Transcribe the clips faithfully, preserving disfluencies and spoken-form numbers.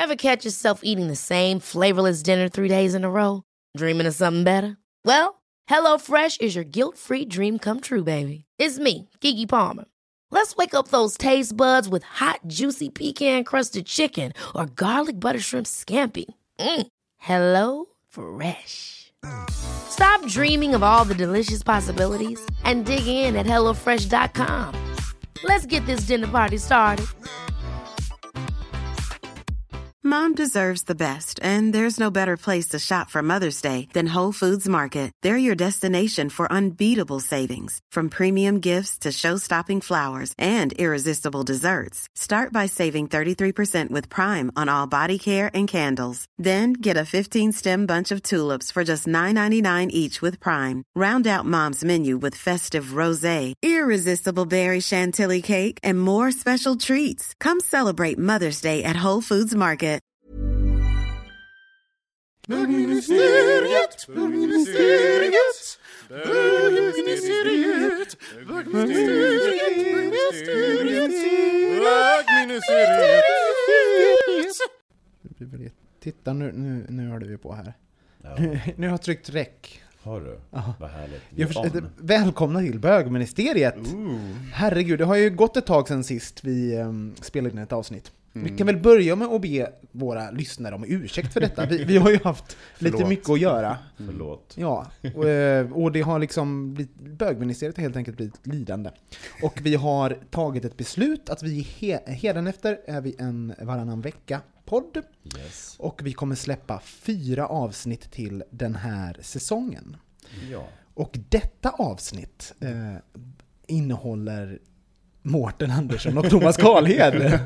Ever catch yourself eating the same flavorless dinner three days in a row? Dreaming of something better? Well, HelloFresh is your guilt-free dream come true, baby. It's me, Keke Palmer. Let's wake up those taste buds with hot, juicy pecan-crusted chicken or garlic butter shrimp scampi. Mm. Hello Fresh. Stop dreaming of all the delicious possibilities and dig in at hello fresh dot com. Let's get this dinner party started. Mom deserves the best, and there's no better place to shop for Mother's Day than Whole Foods Market. They're your destination for unbeatable savings, from premium gifts to show-stopping flowers and irresistible desserts. Start by saving thirty-three percent with Prime on all body care and candles. Then get a fifteen-stem bunch of tulips for just nine ninety-nine each with Prime. Round out Mom's menu with festive rosé, irresistible berry chantilly cake, and more special treats. Come celebrate Mother's Day at Whole Foods Market. Bögministeriet, bögministeriet, bögministeriet, bögministeriet, bögministeriet. Titta nu, nu, nu håller vi på här. Ja. Nu har jag tryckt räck. Har du? Aha. Vad härligt. Jag förstår, välkomna till bögministeriet. Ooh. Herregud, det har ju gått ett tag sedan sist vi um, spelade in ett avsnitt. Mm. Vi kan väl börja med att be våra lyssnare om ursäkt för detta. Vi, vi har ju haft lite mycket att göra. Förlåt. Ja, och, och det har liksom blivit, bögministeriet har helt enkelt blivit lidande. Och vi har tagit ett beslut att vi he, hädanefter är vi en varannan vecka podd. Yes. Och vi kommer släppa fyra avsnitt till den här säsongen. Ja. Och detta avsnitt eh, innehåller Mårten Andersson och Thomas Karlhed.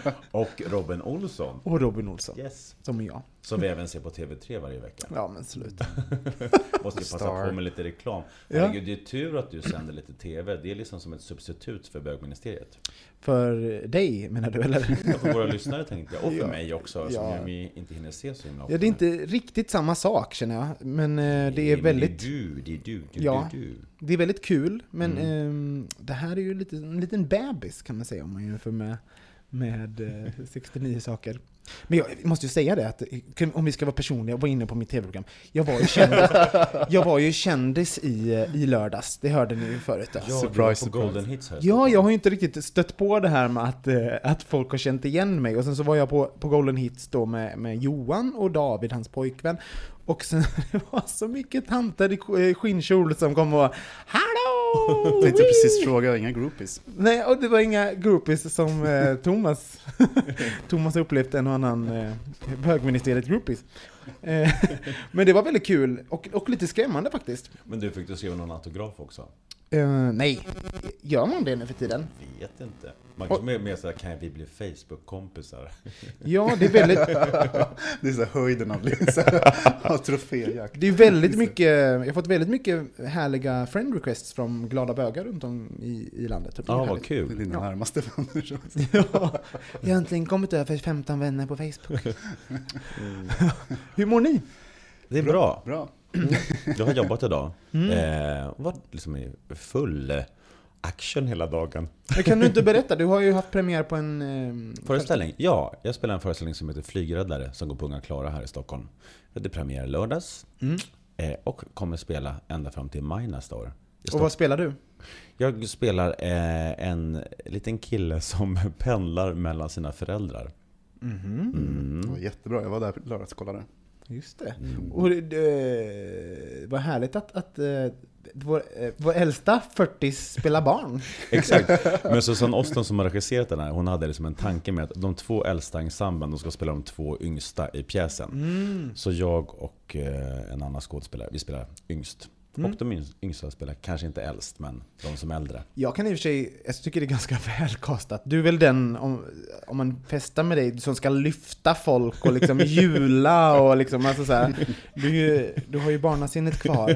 Och Robin Olsson. Och Robin Olsson. Yes. Som är jag. Som vi även ser på T V tre varje vecka. Ja, men sluta. Måste ju passa Star. på med lite reklam. Ja. Herregud, det är tur att du sänder lite tv. Det är liksom som ett substitut för bögministeriet. För dig, menar du, eller? Ja, för våra lyssnare tänkte jag. Och för Ja. mig också, som Ja. jag inte hinner se så himla ofta. Ja, det är inte riktigt samma sak, känner jag. Men eh, det är men väldigt... Det är du, det är du, det är ja, du. Det är väldigt kul, men Mm. eh, det här är ju lite, en liten bebis, kan man säga, om man jämför med, med eh, sextionio saker. Men jag måste ju säga det, att om vi ska vara personliga, jag var inne på mitt tv-program. Jag var ju kändis, jag var ju kändis i, i lördags, det hörde ni ju förut. Ja, surprise, på Golden Hits här. Ja, jag har ju inte riktigt stött på det här med att, att folk har känt igen mig. Och sen så var jag på, på Golden Hits då med, med Johan och David, hans pojkvän. Och sen det var så mycket tanter i skinnkjol som kom och hallå! Jag tänkte precis fråga, inga groupies. Nej, och det var inga groupies som eh, Thomas Thomas upplevt en och annan eh, bögministeriet groupies. Eh, men det var väldigt kul och, och lite skrämmande faktiskt. Men du fick du skriva någon autograf också? Uh, nej, gör man det nu för tiden? Vet inte. Man kan mer, mer såhär, kan vi bli Facebook-kompisar? Ja, det är väldigt... Det är så höjden av, av troféjakt. Det är väldigt mycket, jag har fått väldigt mycket härliga friend requests från glada bögar runt om i, i landet. Ja, vad kul. Det är dina ja. närmaste vänner. Ja, jag har äntligen kommit över femton vänner på Facebook. Mm. Hur mår ni? Det är bra. Bra. Mm. Jag har jobbat idag. Mm. Eh, och varit liksom i full action hela dagen. Men kan du inte berätta? Du har ju haft premiär på en... Eh, föreställning? Ja, jag spelar en föreställning som heter Flygräddare som går på Unga Klara här i Stockholm. Det är premiär lördags. Mm. Eh, och kommer spela ända fram till maj nästa år. Och vad spelar du? Jag spelar eh, en liten kille som pendlar mellan sina föräldrar. Mm-hmm. Mm. Det var jättebra, jag var där lördagskollade. Just det. Mm. Och det var härligt att, att uh, vår, uh, vår äldsta fyrtio spelar barn. Exakt. Men Susanne Osten som har regisserat den här, hon hade liksom en tanke med att de två äldsta ensemblen, de ska spela de två yngsta i pjäsen. Mm. Så jag och uh, en annan skådespelare, vi spelar yngst. Mm. Och de yngsta spelar kanske inte äldst, men de som är äldre. Jag kan i och för sig, jag tycker det är ganska välkastat. Du är väl den, om, om man festar med dig, som ska lyfta folk och liksom jula och liksom, alltså så här, du, du har ju barnasinnet kvar.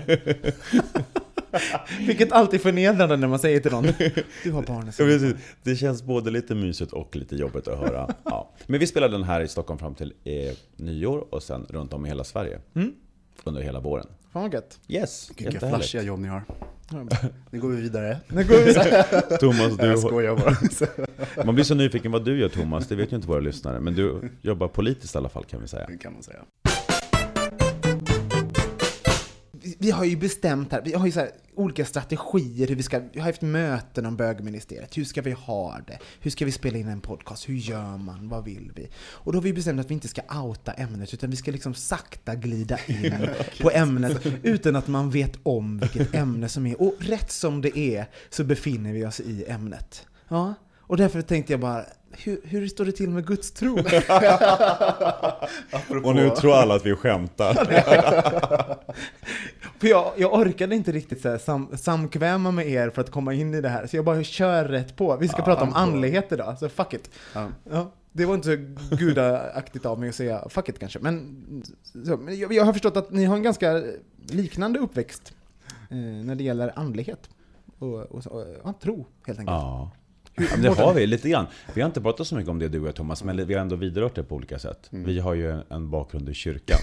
Vilket alltid förnedrande när man säger till någon, du har barnasinnet. Det känns både lite mysigt och lite jobbigt att höra. Ja. Men vi spelar den här i Stockholm fram till eh, nyår och sen runt om i hela Sverige. Mm. Under hela våren. Fan vad gött. Yes. Vilka flashiga jobb ni har. Nu går vi vidare. Nu går vi vidare. Thomas, du... Jag skojar bara. Man blir så nyfiken vad du gör, Thomas. Det vet ju inte våra lyssnare. Men du jobbar politiskt i alla fall, kan vi säga. Det kan man säga. Vi, vi har ju bestämt här, vi har ju så här olika strategier hur vi ska, vi har haft möten om bögministeriet. Hur ska vi ha det? Hur ska vi spela in en podcast? Hur gör man? Vad vill vi? Och då har vi bestämt att vi inte ska outa ämnet, utan vi ska liksom sakta glida in på ämnet utan att man vet om vilket ämne som är. Och rätt som det är så befinner vi oss i ämnet. Ja, och därför tänkte jag bara, hur, hur står det till med Guds tro? Och nu tror alla att vi skämtar. För jag, jag orkade inte riktigt så här, sam, samkväma med er för att komma in i det här. Så jag bara kör rätt på. Vi ska ja, prata om andlighet idag, så fuck it. Ja. Ja, det var inte så gudaaktigt av mig att säga fuck it kanske. Men, så, men jag, jag har förstått att ni har en ganska liknande uppväxt eh, när det gäller andlighet. Och, och, och, och tro, helt enkelt. Ja. Ja, men det har vi lite grann. Vi har inte pratat så mycket om det, du och jag, Thomas, men vi har ändå vidrört det på olika sätt. Mm. Vi har ju en bakgrund i kyrkan.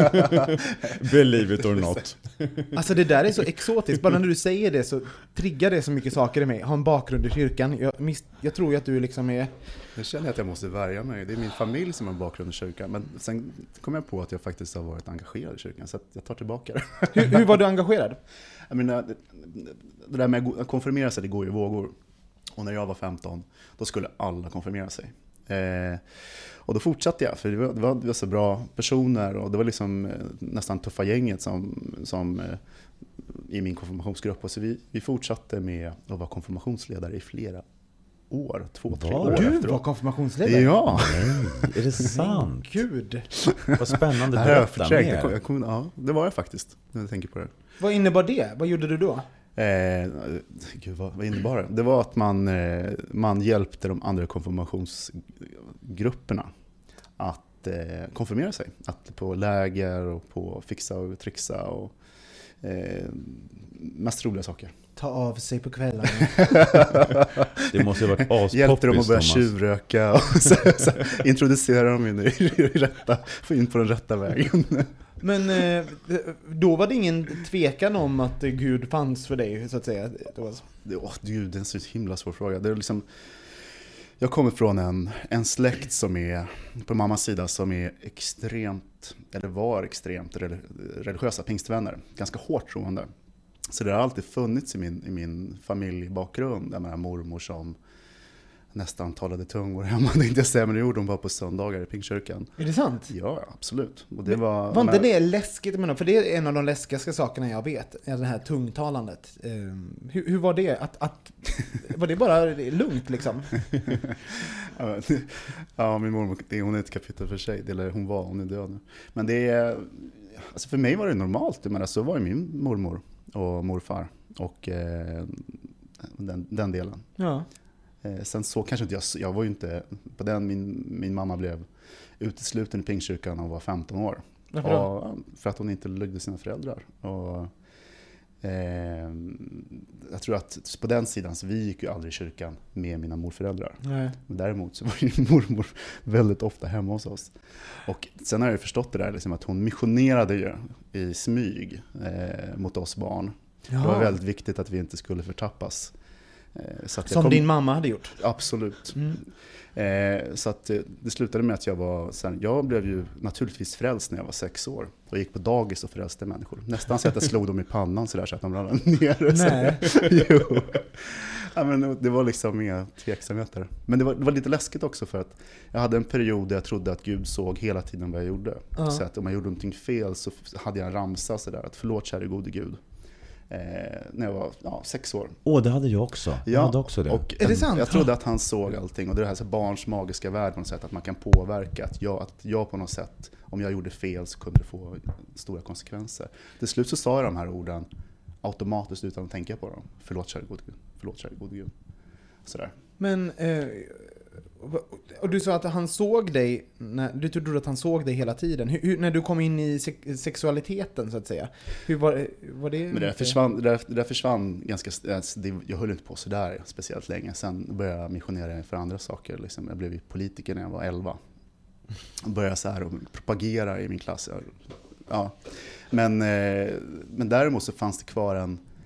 Believe it or not. Alltså det där är så exotiskt. Bara när du säger det så triggar det så mycket saker i mig. Ha en bakgrund i kyrkan. Jag, mis- jag tror ju att du liksom är... Jag känner att jag måste värja mig. Det är min familj som har en bakgrund i kyrkan. Men sen kom jag på att jag faktiskt har varit engagerad i kyrkan. Så att jag tar tillbaka det. hur, hur var du engagerad? Jag menar, det, det där med att konfirmera sig, det går i vågor. Och när jag var femton, då skulle alla konfirmera sig. Eh, och då fortsatte jag, för det var, det, var, det var så bra personer. Och det var liksom eh, nästan tuffa gänget som, som eh, i min konfirmationsgrupp. Och så vi, vi fortsatte med att vara konfirmationsledare i flera år. Två, tre år du efteråt. var konfirmationsledare? Ja. Nej, är det sant? Gud. Vad spännande, det berätta mer. Jag kom, jag kom, ja, det var jag faktiskt, när jag tänker på det. Vad innebar det? Vad gjorde du då? Eh, gud, vad, vad innebar det? Det var att man, eh, man hjälpte de andra konfirmationsgrupperna att eh, konfirmera sig. Att på läger och på fixa och trixa och eh, mest roliga saker. Ta av sig på kvällarna. Det måste ha varit aspoppis. Hjälpte dem att börja Thomas. tjuvröka och så, så, introducera dem in i, i rätta, få in på den rätta vägen. Men eh, då var det ingen tvekan om att Gud fanns för dig, så att säga. Det var... Åh, Gud, det är en så himla svår fråga. Det är liksom, jag kommer från en, en släkt som är, på mammas sida, som är extremt, eller var extremt religiösa pingstvänner. Ganska hårt troende. Så det har alltid funnits i min, i min familjebakgrund. Jag menar, mormor som nästan talade tungor hemma, det inte jag säga, men det gjorde hon bara på söndagar i Pingstkyrkan. Är det sant? Ja, absolut. Och det var, var inte men... det läskigt? Men för det är en av de läskigaste sakerna jag vet, är det här tungtalandet. Um, hur, hur var det? Att, att, var det bara lugnt liksom? Ja, min mormor, det, hon är ett kapitel för sig. Eller hon var, hon är död nu. Men det är, alltså för mig var det normalt. Men så var ju min mormor och morfar. Och eh, den, den delen. Ja. Sen så kanske inte jag, jag var ju inte, på den min, min mamma blev utesluten i Pingstkyrkan när hon var femton år. Varför då? Och, för att hon inte lydde sina föräldrar. Och, eh, jag tror att på den sidan så vi gick ju aldrig i kyrkan med mina morföräldrar. Nej. Men däremot så var ju mormor väldigt ofta hemma hos oss. Och sen har jag ju förstått det där liksom, att hon missionerade ju i smyg eh, mot oss barn. Ja. Det var väldigt viktigt att vi inte skulle förtappas. Så att Som kom... din mamma hade gjort? Absolut. Mm. Eh, så att det slutade med att jag var, sen, jag blev ju naturligtvis frälst när jag var sex år. Och gick på dagis och frälste människor. Nästan så att jag slog dem i pannan så, där, så att de ramlade ner. Nej. Jo. Ja, men det var liksom inga tveksamheter. Men det var, det var lite läskigt också för att jag hade en period där jag trodde att Gud såg hela tiden vad jag gjorde. Uh-huh. Så att om jag gjorde någonting fel så hade jag en ramsa så där, att förlåt käre gode Gud. Eh, när jag var ja, sex år. Åh, oh, det hade jag också. Jag ja, hade också det. Och är det sant? Jag trodde att han såg allting. Och det här så barns magiska värld på något sätt. Att man kan påverka. Att jag, att jag på något sätt, om jag gjorde fel så kunde det få stora konsekvenser. Till slut så sa jag de här orden automatiskt utan att tänka på dem. Förlåt kära gode Gud. Förlåt kära gode Gud. Sådär. Men... Eh... Och du sa att han såg dig, när, du trodde att han såg dig hela tiden. Hur, hur, när du kom in i se- sexualiteten så att säga, hur var, var det? Men det, där försvann, det, där, det där försvann ganska, det, jag höll inte på så där speciellt länge. Sen började jag missionera för andra saker. Liksom. Jag blev politiker när jag var elva. Jag började så här och propagera i min klass. Ja. Men, men däremot så fanns det kvar en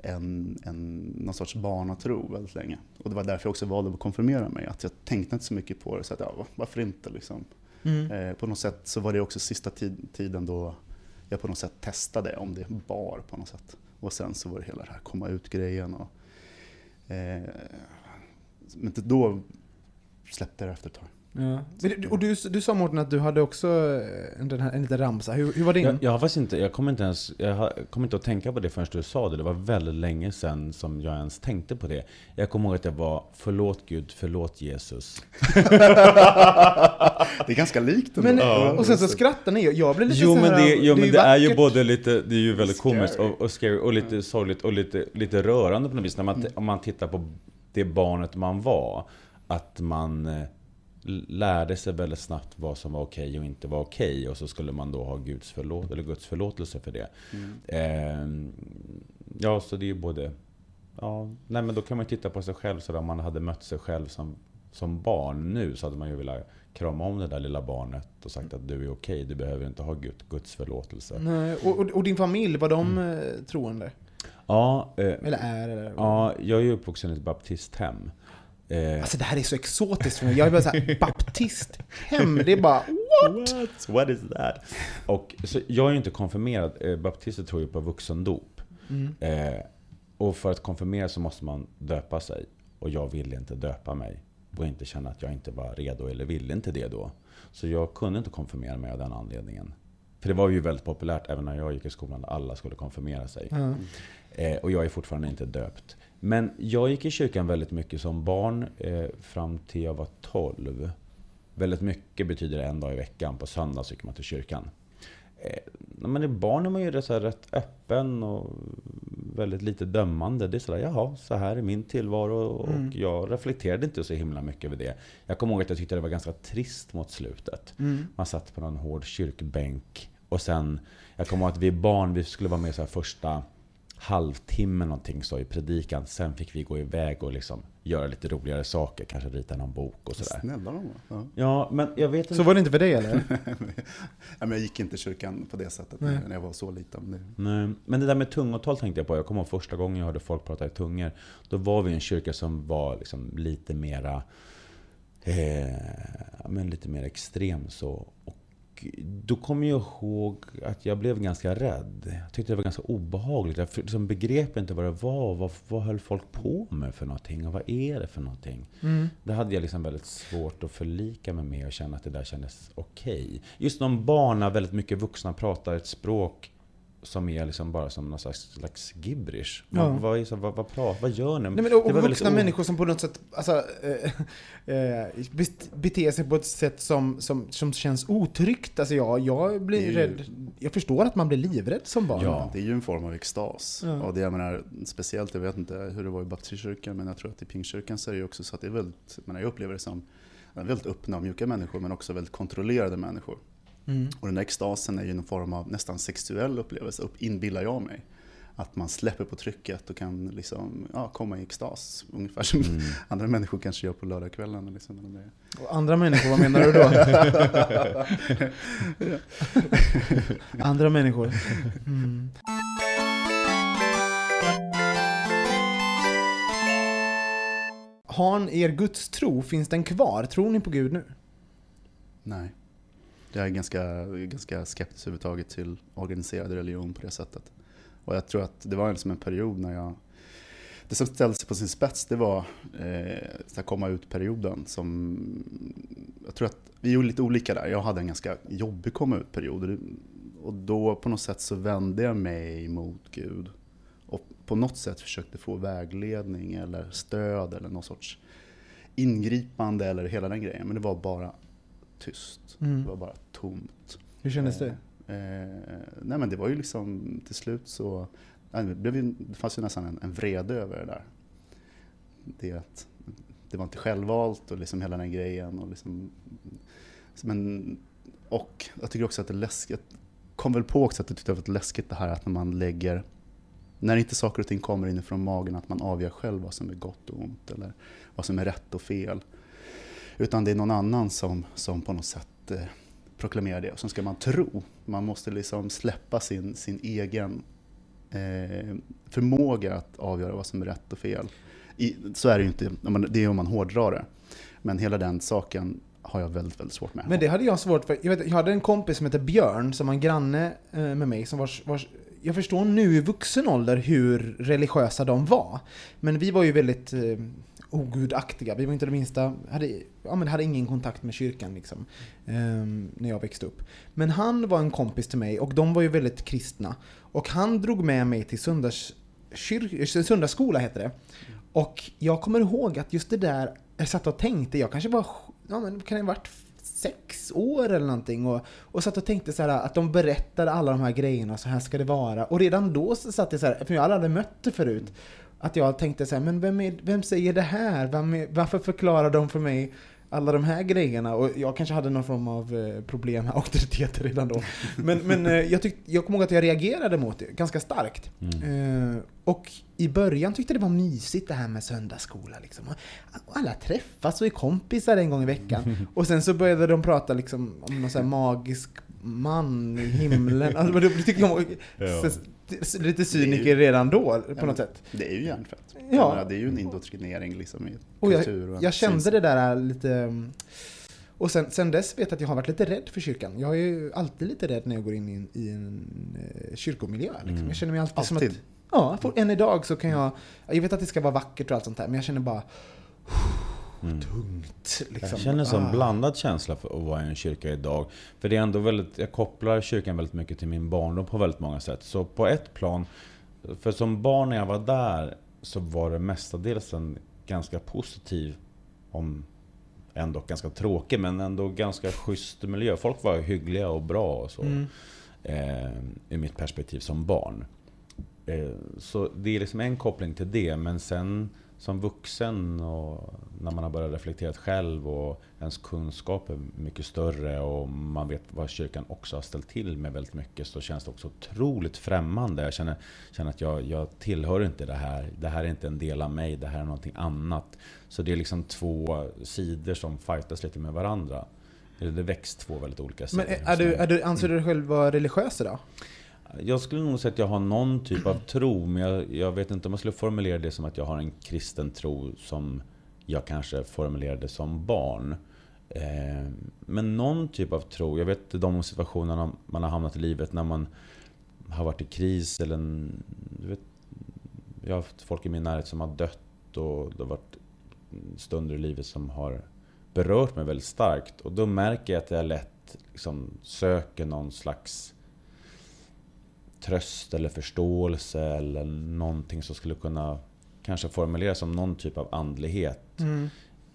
en, en, någon sorts barnatro väldigt länge. Och det var därför jag också valde att konfirmera mig. Att jag tänkte inte så mycket på det. Så att, ja, varför inte liksom. Mm. Eh, på något sätt så var det också sista tid, tiden då jag på något sätt testade om det bar på något sätt. Och sen så var det hela det här komma ut-grejen. Och, eh, men då släppte det efter ett tag. Ja. Och du, du sa Mårten att du hade också en, en liten ramsa. Hur, hur var det? Jag, jag har faktiskt inte, jag kommer inte ens, jag kommer inte att tänka på det förrän du sa det. Det var väldigt länge sedan som jag ens tänkte på det. Jag kommer ihåg att jag var förlåt Gud, förlåt Jesus. Det är ganska likt. Men, ja. Och sen så skrattar ni. Jag blev lite jo, så här, men det, jo, det men är det är ju vackert. både lite, det är ju väldigt Scary. komiskt och, och scary och lite sorgligt och lite, lite rörande på något vis. När man, Mm. om man tittar på det barnet man var, att man lärde sig väldigt snabbt vad som var okej och inte var okej, och så skulle man då ha Guds förlåt eller Guds förlåtelse för det. Mm. Eh, ja, så det är ju både ja, nej, men då kan man titta på sig själv, så där man hade mött sig själv som, som barn nu, så hade man ju velat krama om det där lilla barnet och sagt att du är okej, du behöver inte ha Gud, Guds förlåtelse. Nej, och, och, och din familj, var de mm. troende? Ja, eh, eller är eller? Ja, jag är ju uppvuxen i ett baptisthem. Eh, alltså det här är så exotiskt för mig. Jag är bara så här, baptisthem, det är bara what? What? What is that? Och så jag är ju inte konfirmerad. Eh, baptister tror ju på vuxendop. Mm. Eh, och för att konfirmera så måste man döpa sig. Och jag ville inte döpa mig. Och inte känna att jag inte var redo eller ville inte det då. Så jag kunde inte konfirmera mig av den anledningen. För det var ju väldigt populärt även när jag gick i skolan, där alla skulle konfirmera sig. Mm. Eh, och jag är fortfarande inte döpt. Men jag gick i kyrkan väldigt mycket som barn eh, fram till jag var tolv. Väldigt mycket betyder en dag i veckan. På söndag så gick man till kyrkan. Eh, när man är barn är man ju rätt, så här, rätt öppen och väldigt lite dömande. Det är sådär, jaha, så här är min tillvaro. Och mm. jag reflekterade inte så himla mycket över det. Jag kommer ihåg att jag tyckte det var ganska trist mot slutet. Mm. Man satt på någon hård kyrkbänk. Och sen, jag kommer ihåg att vi barn, vi skulle vara med så här första halvtimme någonting så i predikan. Sen fick vi gå iväg och liksom göra lite roligare saker. Kanske rita någon bok och sådär. Snälla de ja. ja, men jag vet inte. Så var det inte för dig eller? ja, men jag gick inte i kyrkan på det sättet Nej. när jag var så liten. Det... Nej, men det där med tungotal tänkte jag på. Jag kommer ihåg första gången jag hörde folk prata i tungor. Då var vi i en kyrka som var liksom lite mera eh, men lite mer extrem så. Och då kommer jag ihåg att jag blev ganska rädd. Jag tyckte det var ganska obehagligt. Jag liksom begrep inte vad det var. Vad, vad höll folk på med för någonting? Och vad är det för någonting? Mm. Det hade jag liksom väldigt svårt att förlika mig med och känna att det där kändes okej. Okay. Just om barn, när väldigt mycket vuxna pratar ett språk som är liksom bara som någon slags, slags gibberish. Ja. Vad, vad, är så, vad, vad, pratar, vad gör ni? Nej, men, och, och vuxna människor som på något sätt alltså, äh, äh, beter sig på ett sätt som, som, som känns otryggt. Alltså jag, jag blir ju... rädd. Jag förstår att man blir livrädd som barn. Ja, det är ju en form av extas. Ja. Och det jag menar, speciellt, jag vet inte hur det var i baptistkyrkan, men jag tror att i Pingstkyrkan så är det ju också så att det är väldigt, jag upplever det som väldigt öppna och mjuka människor, men också väldigt kontrollerade människor. Mm. Och den där extasen är ju en form av nästan sexuell upplevelse, upp inbillar jag mig. Att man släpper på trycket och kan liksom, ja, komma i extas. Ungefär som mm. andra människor kanske gör på lördagskvällen. Liksom, och andra människor, vad menar du då? andra människor. Mm. Har er Guds tro, finns den kvar? Tror ni på Gud nu? Nej. Jag är ganska, ganska skeptisk överhuvudtaget till organiserad religion på det sättet. Och jag tror att det var liksom en period när jag... Det som ställde sig på sin spets, det var eh, komma ut-perioden. Som, jag tror att vi gjorde lite olika där. Jag hade en ganska jobbig komma ut-period. Och då på något sätt så vände jag mig mot Gud. Och på något sätt försökte få vägledning eller stöd eller någon sorts ingripande eller hela den grejen. Men det var bara tyst. Mm. Det var bara tomt. Hur kändes det? Eh, eh, nej men det var ju liksom till slut så det, blev ju, det fanns ju nästan en, en vrede över det där. Det, att, det var inte självvalt och liksom hela den grejen. Och, liksom, men, och jag tycker också att det är läskigt. Kom väl på också att jag tyckte det var läskigt det här att när man lägger, när inte saker och ting kommer inifrån magen, att man avgör själv vad som är gott och ont eller vad som är rätt och fel. Utan det är någon annan som, som på något sätt eh, proklamerar det. Och så ska man tro. Man måste liksom släppa sin, sin egen eh, förmåga att avgöra vad som är rätt och fel. I, så är det ju inte, det är om man hårdrar det. Men hela den saken har jag väldigt, väldigt svårt med. Men det hade jag svårt för. Jag, vet, jag hade en kompis som heter Björn som var en granne eh, med mig. Som vars, vars, jag förstår nu i vuxen ålder hur religiösa de var. Men vi var ju väldigt eh, ogudaktiga. Vi var inte det minsta, hade, ja, men hade ingen kontakt med kyrkan liksom, eh, när jag växte upp. Men han var en kompis till mig och de var ju väldigt kristna. Och han drog med mig till söndags, kyr, söndagsskola heter det. Och jag kommer ihåg att just det där, jag satt och tänkte, jag kanske var, ja men kan det ha varit sex år eller någonting, och, och satt och tänkte så här att de berättade alla de här grejerna, så här ska det vara. Och redan då så satt jag så här, för jag aldrig hade mött det förut, att jag tänkte så här, men vem, är, vem säger det här? Vem är, varför förklarar de för mig alla de här grejerna? Och jag kanske hade någon form av eh, problem med auktoriteter redan då. Men, men eh, jag, tyck, jag kommer ihåg att jag reagerade mot det ganska starkt. Mm. Eh, och i början tyckte det var mysigt det här med söndagsskola. Liksom. Alla träffas och är kompisar en gång i veckan. Och sen så började de prata liksom, om någon sån här magisk man i himlen. Alltså, det tycker jag ja. Lite cyniker ju, redan då på ja, något sätt. Det är ju hjärnfett. Ja. Menar, det är ju en indoktrinering liksom, i och kultur. Jag, jag kände syns. Det där lite... Och sen, sen dess vet jag att jag har varit lite rädd för kyrkan. Jag är ju alltid lite rädd när jag går in i en, i en uh, kyrkomiljö. Liksom. Mm. Jag känner mig alltid, alltid. som att... Ja, för än idag så kan jag... Jag vet att det ska vara vackert och allt sånt där, men jag känner bara... Mm. Tungt. Liksom. Jag känner som ah. blandad känsla för att vara i en kyrka idag. För det är ändå väldigt, jag kopplar kyrkan väldigt mycket till min barndom på väldigt många sätt. Så på ett plan, för som barn när jag var där så var det mestadels en ganska positiv, om ändå ganska tråkig, men ändå ganska schysst miljö. Folk var hyggliga och bra och så. Mm. Eh, i mitt perspektiv som barn. Eh, så det är liksom en koppling till det, men sen som vuxen och när man har börjat reflektera själv och ens kunskap är mycket större och man vet vad kyrkan också har ställt till med väldigt mycket, så känns det också otroligt främmande. Jag känner, känner att jag, jag tillhör inte det här. Det här är inte en del av mig, det här är någonting annat. Så det är liksom två sidor som fightas lite med varandra. Det väcks två väldigt olika sidor. Men är du, är du, anser du dig själv vara religiös då? Jag skulle nog säga att jag har någon typ av tro, men jag, jag vet inte om jag skulle formulera det som att jag har en kristen tro som jag kanske formulerade som barn. Eh, men någon typ av tro, jag vet de situationerna man har hamnat i livet när man har varit i kris eller en, du vet, jag har haft folk i min närhet som har dött och det har varit stunder i livet som har berört mig väldigt starkt, och då märker jag att jag lätt liksom söker någon slags tröst eller förståelse eller någonting som skulle kunna kanske formuleras som någon typ av andlighet. Mm.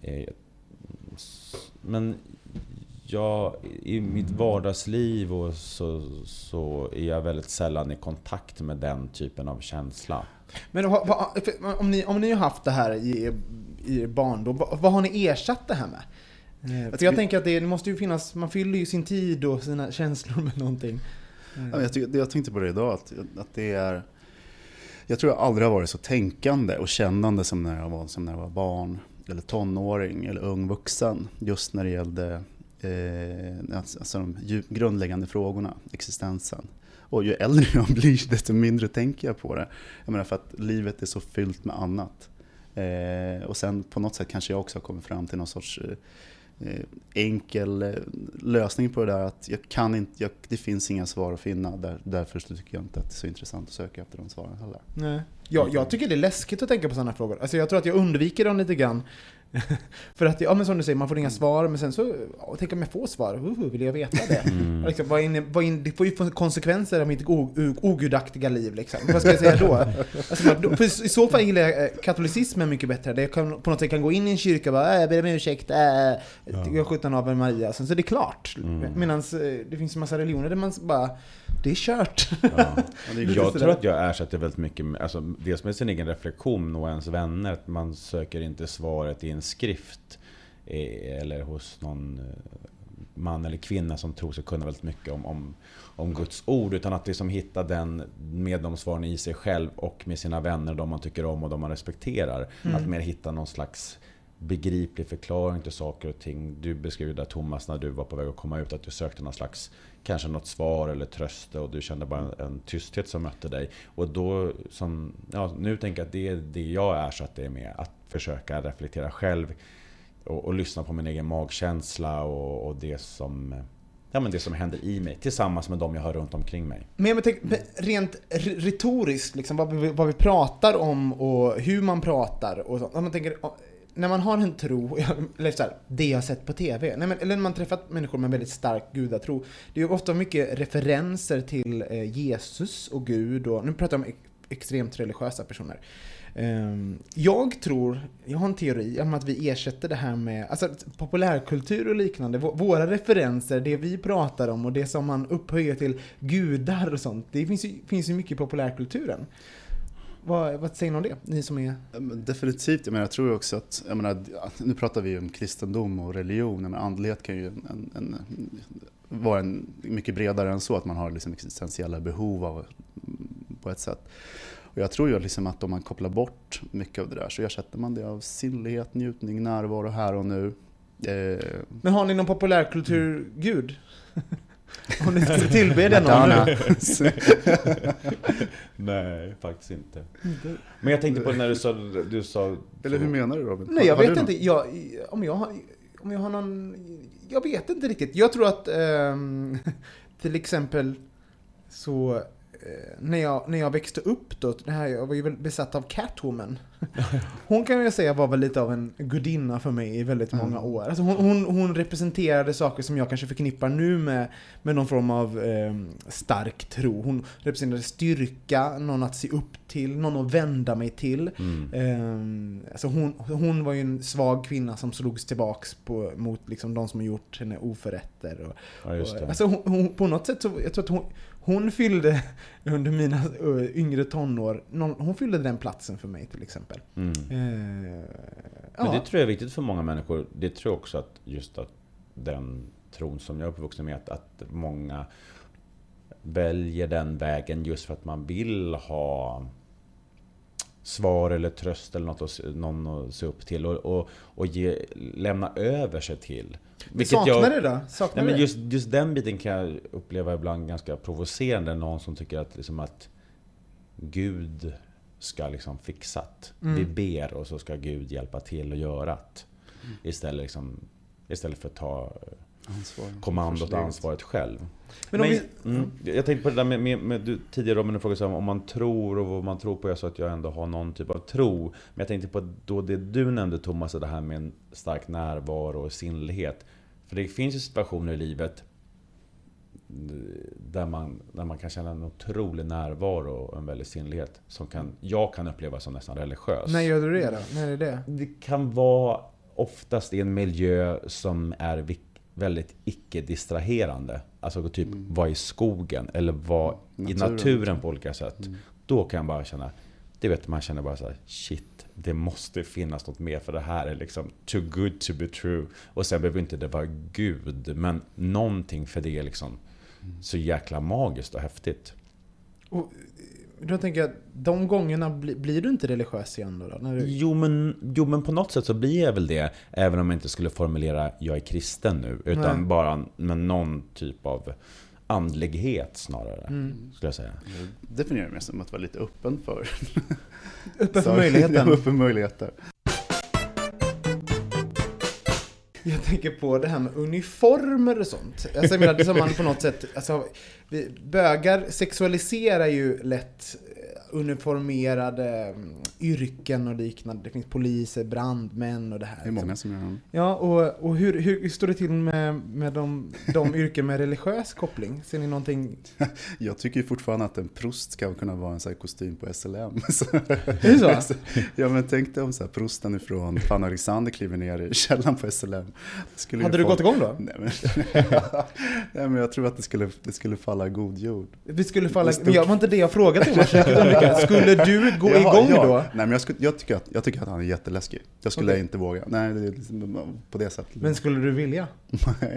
Men jag, i mitt vardagsliv och så, så är jag väldigt sällan i kontakt med den typen av känsla. Men om ni, om ni har haft det här i, i barndom, vad, vad har ni ersatt det här med? För jag tänker att det måste ju finnas, man fyller ju sin tid och sina känslor med någonting. Ja, jag, tycker, jag tänkte på det idag, att, att det är, jag tror jag aldrig har varit så tänkande och kännande som när jag var, som när jag var barn eller tonåring eller ung vuxen, just när det gällde eh, alltså de grundläggande frågorna, existensen. Och ju äldre jag blir, desto mindre tänker jag på det. Jag menar, för att livet är så fyllt med annat. Eh, och sen på något sätt kanske jag också har kommit fram till någon sorts eh, enkel lösning på det där, att jag kan inte, jag, det finns inga svar att finna, där, därför tycker jag inte att det är så intressant att söka efter de svaren heller. Nej. Ja, jag tycker det är läskigt att tänka på sådana frågor. Alltså jag tror att jag undviker dem lite grann. För att, ja men som du säger, man får inga svar, men sen så, ja, tänk om jag får svar, uh, vill jag veta det? Mm. Liksom, vad in, vad in, det får ju konsekvenser av mitt ogudaktiga liv liksom. Vad ska jag säga då? Alltså, då för i så fall gillar jag katolicismen mycket bättre. Det kan, på något sätt kan gå in i en kyrka och bara, äh, ber om ursäkt, äh, ja. jag skjuter av en Maria, sen så är det klart. Mm. Medan det finns en massa religioner där man bara, det är kört. Ja. Jag tror att jag ersätter väldigt mycket, alltså dels med sin egen reflektion och ens vänner, att man söker inte svaret i en skrift eller hos någon man eller kvinna som tror sig kunna väldigt mycket om, om, om Guds ord, utan att liksom hitta den med de svaren i sig själv och med sina vänner, de man tycker om och de man respekterar. Mm. Att mer hitta någon slags begriplig förklaring till saker och ting. Du beskrev där, Thomas, när du var på väg att komma ut, att du sökte någon slags, kanske något svar eller tröst, och du kände bara en, en tysthet som mötte dig. Och då, som, ja, nu tänker jag att det är det jag är, så att det är med att försöka reflektera själv och, och lyssna på min egen magkänsla och, och det som... Ja, men det som händer i mig, tillsammans med dem jag har runt omkring mig. Men jag tänker, rent retoriskt, liksom, vad, vi, vad vi pratar om och hur man pratar. Och så, man tänker, när man har en tro, eller så här, det jag har sett på tv, nej, men, eller när man träffat människor med väldigt stark gudatro, det är ju ofta mycket referenser till eh, Jesus och Gud. Och, nu pratar jag om extremt religiösa personer. Jag tror, jag har en teori om att vi ersätter det här med alltså, populärkultur och liknande. Våra referenser, det vi pratar om och det som man upphöjer till gudar och sånt, det finns ju, finns ju mycket i populärkulturen. Vad, vad säger ni om det? Ni som är... Definitivt, jag, menar, jag tror också att, jag menar, nu pratar vi om kristendom och religion, men andlighet kan ju en, en, vara en, mycket bredare än så, att man har liksom existentiella behov av, på ett sätt. Och jag tror ju liksom att om man kopplar bort mycket av det där, så ersätter man det av sinnlighet, njutning, närvaro här och nu. Eh... Men har ni någon populärkulturgud? Om ni skulle tillbe någon? Nej, faktiskt inte. Men jag tänkte på när du sa... Du sa Eller hur menar du, Robin? Nej, jag har vet inte. Jag, om, jag har, om jag har någon... Jag vet inte riktigt. Jag tror att um, till exempel så... När jag, när jag växte upp då, det här, jag var ju besatt av Catwoman. Hon kan jag säga var väl lite av en gudinna för mig i väldigt många mm. år. Alltså hon, hon, hon representerade saker som jag kanske förknippar nu med, med någon form av eh, stark tro. Hon representerade styrka, någon att se upp till, någon att vända mig till. Mm. Eh, alltså hon, hon var ju en svag kvinna som slogs tillbaks på, mot liksom de som har gjort henne oförrätter. Och, ja, just det. Och, alltså hon, hon, på något sätt så, jag tror att hon Hon fyllde under mina yngre tonår, hon fyllde den platsen för mig till exempel. Mm. Eh, ja. Men det tror jag är viktigt för många människor. Det tror jag också att just att den tron som jag är uppvuxen med, att, att många väljer den vägen just för att man vill ha svar eller tröst eller något att, någon att se upp till och, och, och ge, lämna över sig till. Saknar jag, det då? Saknar nej, det? Men just, just den biten kan jag uppleva ibland ganska provocerande. Någon som tycker att, liksom, att Gud ska liksom fixat. Mm. Vi ber och så ska Gud hjälpa till att göra det. Mm. Istället, liksom, istället för att ta ansvar, kommandot och ansvaret själv. Men, men vi, mm, jag tänkte på det där med, med, med du, tidigare om du frågade om man tror och vad man tror på. Jag sa att jag ändå har någon typ av tro. Men jag tänkte på då det du nämnde, Thomas, det här med en stark närvaro och sinnlighet. För det finns ju situationer i livet där man, där man kan känna en otrolig närvaro och en väldigt sinnlighet som kan, jag kan uppleva som nästan religiös. När gör du det då? När är det? Det kan vara oftast i en miljö som är väldigt icke-distraherande. Alltså typ mm. vara i skogen eller vara naturen. i naturen på olika sätt. Mm. Då kan jag bara känna, det vet man känner bara så här, shit, det måste finnas något mer, för det här är liksom too good to be true. Och sen behöver inte det vara Gud, men någonting för det är liksom mm. så jäkla magiskt och häftigt. Och då tänker jag, de gångerna bli, blir du inte religiös igen då? När du... jo, men, jo, men på något sätt så blir jag väl det, även om jag inte skulle formulera jag är kristen nu, utan Nej. bara med någon typ av andlighet snarare, mm. skulle jag säga. Jag definierar mig som att vara lite öppen för öppen för möjligheten. Ja, öppen möjligheter. Jag tänker på det här med uniformer och sånt. Alltså, jag menar, det som man på något sätt, alltså, vi, bögar sexualiserar ju lätt uniformerade yrken och liknande. Det finns poliser, brandmän och det här. Det är många som gör det. Ja, och, och hur, hur står det till med, med de, de yrken med religiös koppling? Ser ni någonting? Jag tycker ju fortfarande att en prost ska kunna vara en sån här kostym på S L M. Är det så? Ja, men tänk dig om så här, prosten ifrån Fan Alexander kliver ner i källan på S L M. Skulle Hade du få... gått igång då? Nej, men, Nej, men jag tror att det skulle, det skulle falla god jord. Det skulle falla... Men jag var inte det jag frågade om. Skulle du gå Jaha, igång ja. då? Nej, men jag, skulle, jag, tycker att, jag tycker att han är jätteläskig. Jag skulle okay. inte våga. Nej, det är liksom på det sättet. Men skulle du vilja? Nej.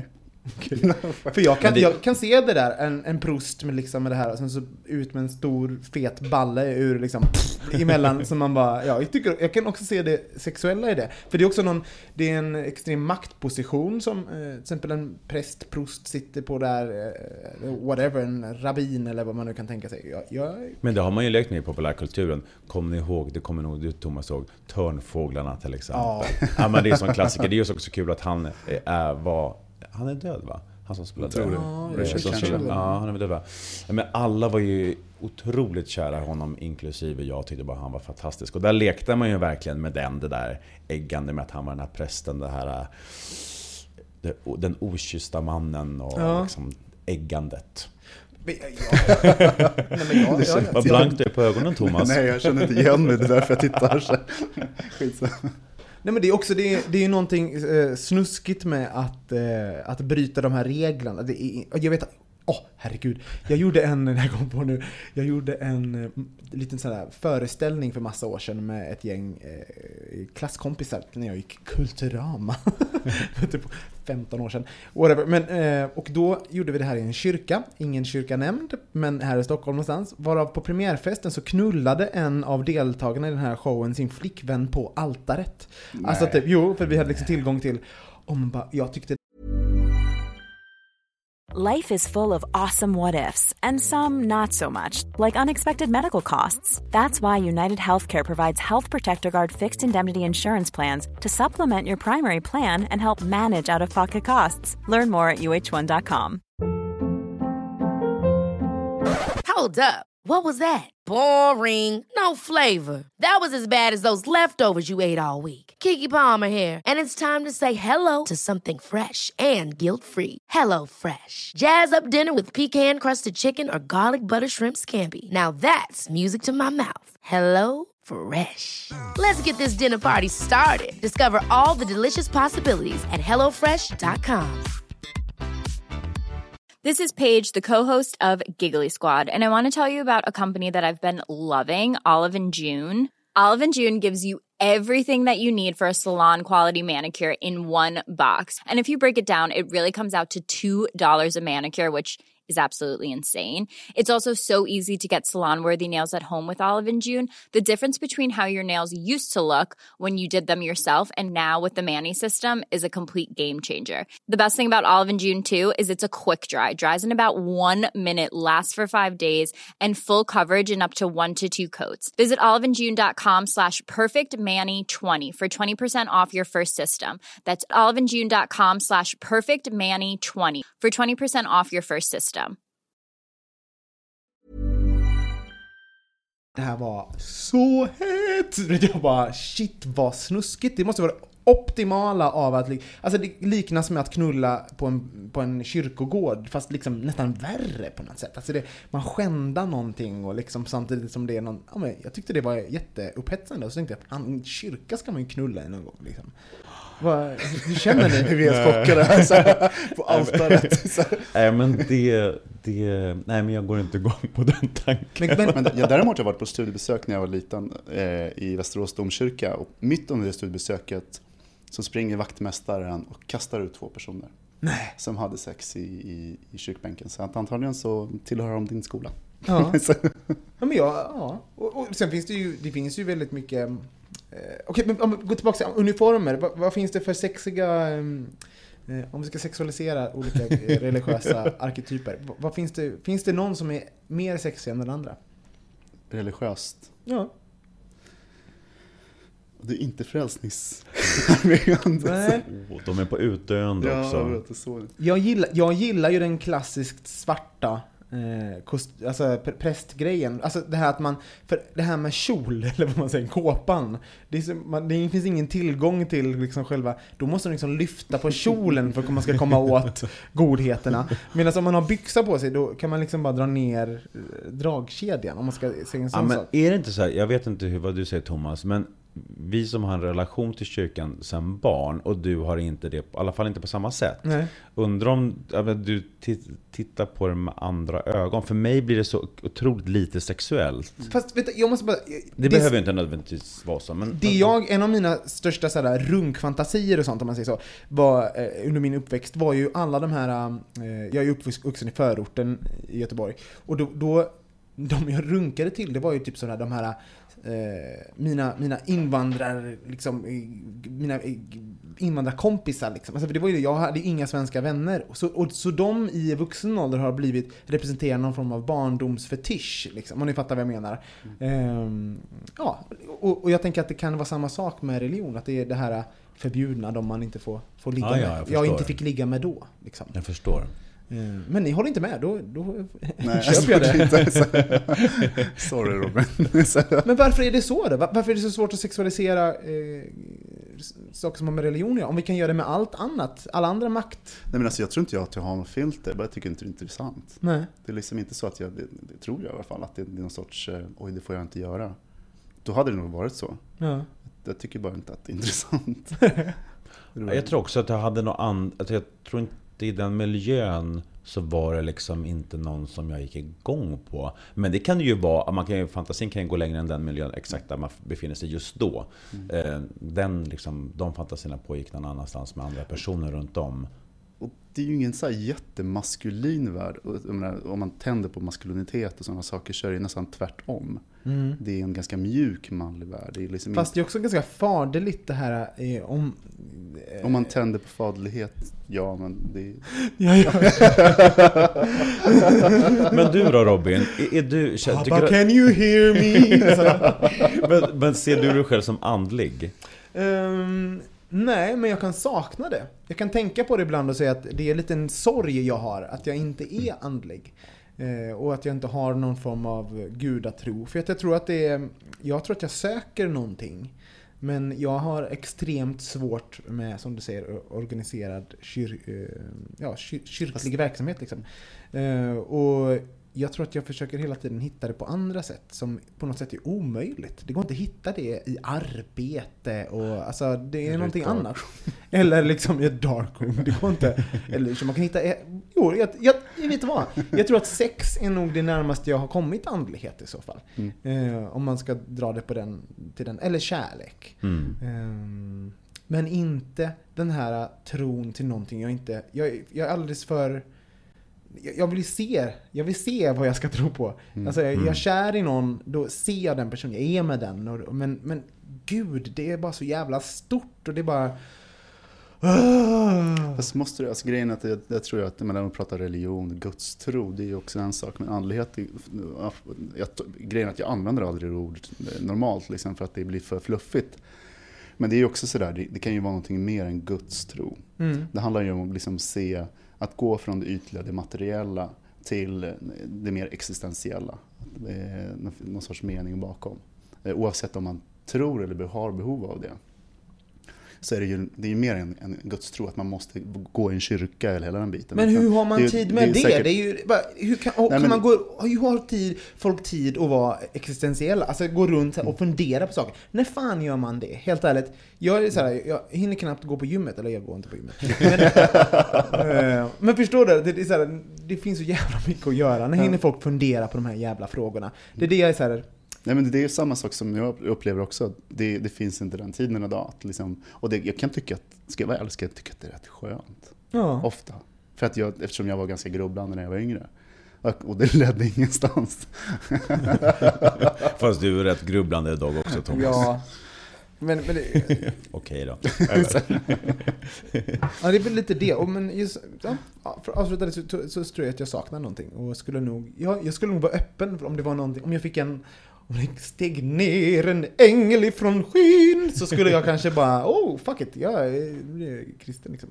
Okay. För jag kan, det... jag kan se det där, en, en prost med, liksom med det här och sen så ut med en stor fet balle ur liksom pff, emellan som man bara, ja, jag, tycker, jag kan också se det sexuella i det. För det är också någon, det är en extrem maktposition som eh, till exempel en präst, prost sitter på där, eh, whatever, en rabbin eller vad man nu kan tänka sig. Jag, jag... Men det har man ju lekt med i populärkulturen. Kommer ni ihåg, det kommer nog du Thomas ihåg, Törnfåglarna till exempel. Ja. Ja, men det är som klassiker. Det är ju också kul att han är, var, han är död va? Han som spelade. Tror det. Ja, som spelade. Ja, han är död va? Men alla var ju otroligt kära honom, inklusive jag tyckte bara han var fantastisk. Och där lekte man ju verkligen med den, det där äggande med att han var den här prästen, det här det, den okyssta mannen och ja. liksom äggandet. Men, ja. Nej, men jag, jag, vad blankt är på ögonen, Thomas. Nej, jag känner inte igen mig, det är därför jag tittar så. Nej, men det är också det är, det är ju någonting eh, snuskigt med att eh, att bryta de här reglerna. Det är, jag vet att åh, oh, herregud. Jag gjorde en när jag kom på nu. Jag gjorde en uh, liten sån där föreställning för massa år sedan med ett gäng uh, klasskompisar när jag gick Kulturama. Typ femton år sedan. Whatever. Men uh, och då gjorde vi det här i en kyrka, ingen kyrkanämnd, men här i Stockholm någonstans. Varav på premiärfesten så knullade en av deltagarna i den här showen sin flickvän på altaret. Nej. Alltså typ, jo, för vi hade liksom tillgång till om man bara, jag tyckte Life is full of awesome what-ifs, and some not so much, like unexpected medical costs. That's why United Healthcare provides Health Protector Guard fixed indemnity insurance plans to supplement your primary plan and help manage out-of-pocket costs. Learn more at U H one dot com. Hold up. What was that? Boring. No flavor. That was as bad as those leftovers you ate all week. Keke Palmer here, and it's time to say hello to something fresh and guilt-free. Hello Fresh. Jazz up dinner with pecan-crusted chicken or garlic butter shrimp scampi. Now that's music to my mouth. Hello Fresh. Let's get this dinner party started. Discover all the delicious possibilities at hello fresh dot com. This is Paige, the co-host of Giggly Squad, and I want to tell you about a company that I've been loving, Olive and June. Olive and June gives you everything that you need for a salon-quality manicure in one box. And if you break it down, it really comes out to two dollars a manicure, which is absolutely insane. It's also so easy to get salon-worthy nails at home with Olive and June. The difference between how your nails used to look when you did them yourself and now with the Mani system is a complete game changer. The best thing about Olive and June, too, is it's a quick dry. Dries in about one minute, lasts for five days, and full coverage in up to one to two coats. Visit oliveandjune.com slash perfectmani20 for twenty percent off your first system. That's oliveandjune.com slash perfectmani20 for twenty percent off your first system. Det här var så hett. Jag bara, shit vad snuskigt. Det måste vara optimala av att, alltså det liknas med att knulla på en, på en kyrkogård, fast liksom nästan värre på något sätt. Alltså det, man skändar någonting och liksom samtidigt som det är någon, ja, men jag tyckte det var jätteupphetsande och så tänkte jag, en kyrka ska man ju knulla i någon gång liksom. Vad, hur känner ni? Hur är chockade här på altaret? Nej, men det, det, nej, men jag går inte igång på den tanken. Men, men jag däremot har varit på studiebesök när jag var liten eh, i Västerås domkyrka, och mitt under det studiebesöket så springer vaktmästaren och kastar ut två personer. Nej. Som hade sex i, i, i kyrkbänken. Så att antagligen så tillhör de din skola. Ja, ja men jag, ja. Och, och sen finns det ju, det finns ju väldigt mycket. Eh, Okej, men om vi går tillbaka till uniformer. Vad, vad finns det för sexiga, eh, om vi ska sexualisera olika religiösa arketyper. Vad, vad finns det, finns det någon som är mer sexig än den andra? Religiöst? Ja. Det är inte frälsnings. Nej. Oh, de är på utdöende ja, också. Jag, vet, det så. Jag, gillar, jag gillar ju den klassiskt svarta eh, kost, alltså pr- prästgrejen. Alltså det här att man, för det här med kjol, eller vad man säger, kåpan. Det, är så, man, det finns ingen tillgång till liksom själva, då måste man liksom lyfta på kjolen för att man ska komma åt godheterna. Medan om man har byxor på sig, då kan man liksom bara dra ner dragkedjan, om man ska säga en sån ja, men sak. är det inte så här, jag vet inte hur, vad du säger Thomas, men vi som har en relation till kyrkan som barn och du har inte det, i alla fall inte på samma sätt. Nej. Undrar om ja, du t- tittar på det med andra ögon. För mig blir det så otroligt lite sexuellt. Fast vet du, jag måste bara... Det, det behöver inte nödvändigtvis vara så. Men, det jag, en av mina största så här, runkfantasier och sånt, om man säger så, var, eh, under min uppväxt var ju alla de här... Eh, jag är ju uppvuxen i förorten i Göteborg. Och då, då de jag runkade till, det var ju typ sådär de här... Eh, mina, mina invandrar liksom, eh, mina eh, invandrarkompisar liksom. Alltså, för det var ju, jag hade inga svenska vänner så, och, så de i vuxen ålder har blivit representerade någon form av barndomsfetisch liksom, om ni fattar vad jag menar. Mm. eh, ja, och, och jag tänker att det kan vara samma sak med religion, att det är det här förbjudna de man inte får, får ligga ah, ja, med jag, jag inte fick ligga med då liksom. Jag förstår. Men ni håller inte med, då, då Nej, köper jag det. Inte. Sorry Robin. Men varför är det så då? Varför är det så svårt att sexualisera eh, saker som har med religion? Om vi kan göra det med allt annat, alla andra makt. Nej, men alltså, jag tror inte jag att jag har något filter, bara jag tycker inte det är intressant. Nej. Det är liksom inte så att jag, det, det tror jag i alla fall, att det är någon sorts, oj det får jag inte göra. Då hade det nog varit så. Ja. Jag tycker bara inte att det är intressant. Jag tror också att jag hade något annat, att jag tror inte i den miljön så var det liksom inte någon som jag gick igång på. Men det kan ju vara, man kan ju, fantasin kan ju gå längre än den miljön exakt där man befinner sig just då. Mm. Den liksom, de fantasierna pågick någon annanstans med andra personer runt om. Och det är ju ingen så här jättemaskulin värld. Jag menar, om man tänder på maskulinitet och sådana saker så är det nästan tvärtom. Mm. Det är en ganska mjuk manlig värld. Det är liksom Fast det är också ganska faderligt det här eh, om... Om man tänder på faderlighet, ja men det är... ja, ja. Men du då Robin, är, är du... Papa, du... can you hear me? men, men ser du dig själv som andlig? Um, nej, men jag kan sakna det. Jag kan tänka på det ibland och säga att det är lite en sorg jag har, att jag inte är andlig. Eh, och att jag inte har någon form av gudatro. För att jag tror att det är... Jag tror att jag söker någonting. Men jag har extremt svårt med, som du säger, organiserad kyr, ja, kyr, kyrklig Fast... verksamhet. Liksom. Och jag tror att jag försöker hela tiden hitta det på andra sätt som på något sätt är omöjligt. Det går inte att hitta det i arbete och alltså det är eller någonting dark. Annat. Eller liksom i ett darkroom. Det går inte. Eller så man kan hitta... Jo, jag, jag, jag vet vad. Jag tror att sex är nog det närmaste jag har kommit andlighet i så fall. Mm. Eh, om man ska dra det på den, till den. Eller kärlek. Mm. Eh, men inte den här tron till någonting jag inte... Jag, jag är alldeles för... Jag vill se, jag vill se vad jag ska tro på. Mm. Alltså, jag, jag är kär i någon, då ser jag den personen, jag är med den. Och, men, men gud, det är bara så jävla stort och det är bara... Uh. Fast måste det, alltså grejen är att jag, jag tror att när man pratar religion, Guds tro, det är ju också en sak. Men andlighet, jag, grejen är att jag använder aldrig det ordet normalt liksom, för att det blir för fluffigt. Men det är ju också sådär, det, det kan ju vara någonting mer än Guds tro. Mm. Det handlar ju om att liksom se... Att gå från det ytliga, det materiella till det mer existentiella. Det är någon sorts mening bakom. Oavsett om man tror eller har behov av det. Så är det ju, det är ju mer en, en Guds tro att man måste gå i en kyrka eller hela den biten. Men hur har man det, tid med det? Det är, det? Det är ju, bara, hur kan, Nej, kan men, man gå, hur har tid, folk tid att vara existentiella? Alltså gå runt och fundera på saker. När fan gör man det? Helt ärligt. Jag är så här, jag hinner knappt gå på gymmet. Eller jag går inte på gymmet. Men, men förstår du? Det, är så här, det finns så jävla mycket att göra. När hinner folk fundera på de här jävla frågorna? Det är det jag är så här... Nej, men det är samma sak som jag upplever också. Det, det finns inte den tiden idag. Att liksom, och det, jag kan tycka att, ska jag vara ärlig, ska jag tycka att det är rätt skönt. Ja. Ofta. För att jag, eftersom jag var ganska grubblande när jag var yngre. Och, och det ledde ingenstans. Fast du är rätt grubblande idag också, Thomas. Ja. Men, men det... Okej då. Ja, det är väl lite det. Och men just, ja, för att avsluta det så, så, så tror jag att jag saknar någonting. Och skulle nog, ja, jag skulle nog vara öppen för om det var någonting. Om jag fick en... Om det steg ner en ängel ifrån skyn så skulle jag kanske bara, oh, fuck it, jag är kristen liksom.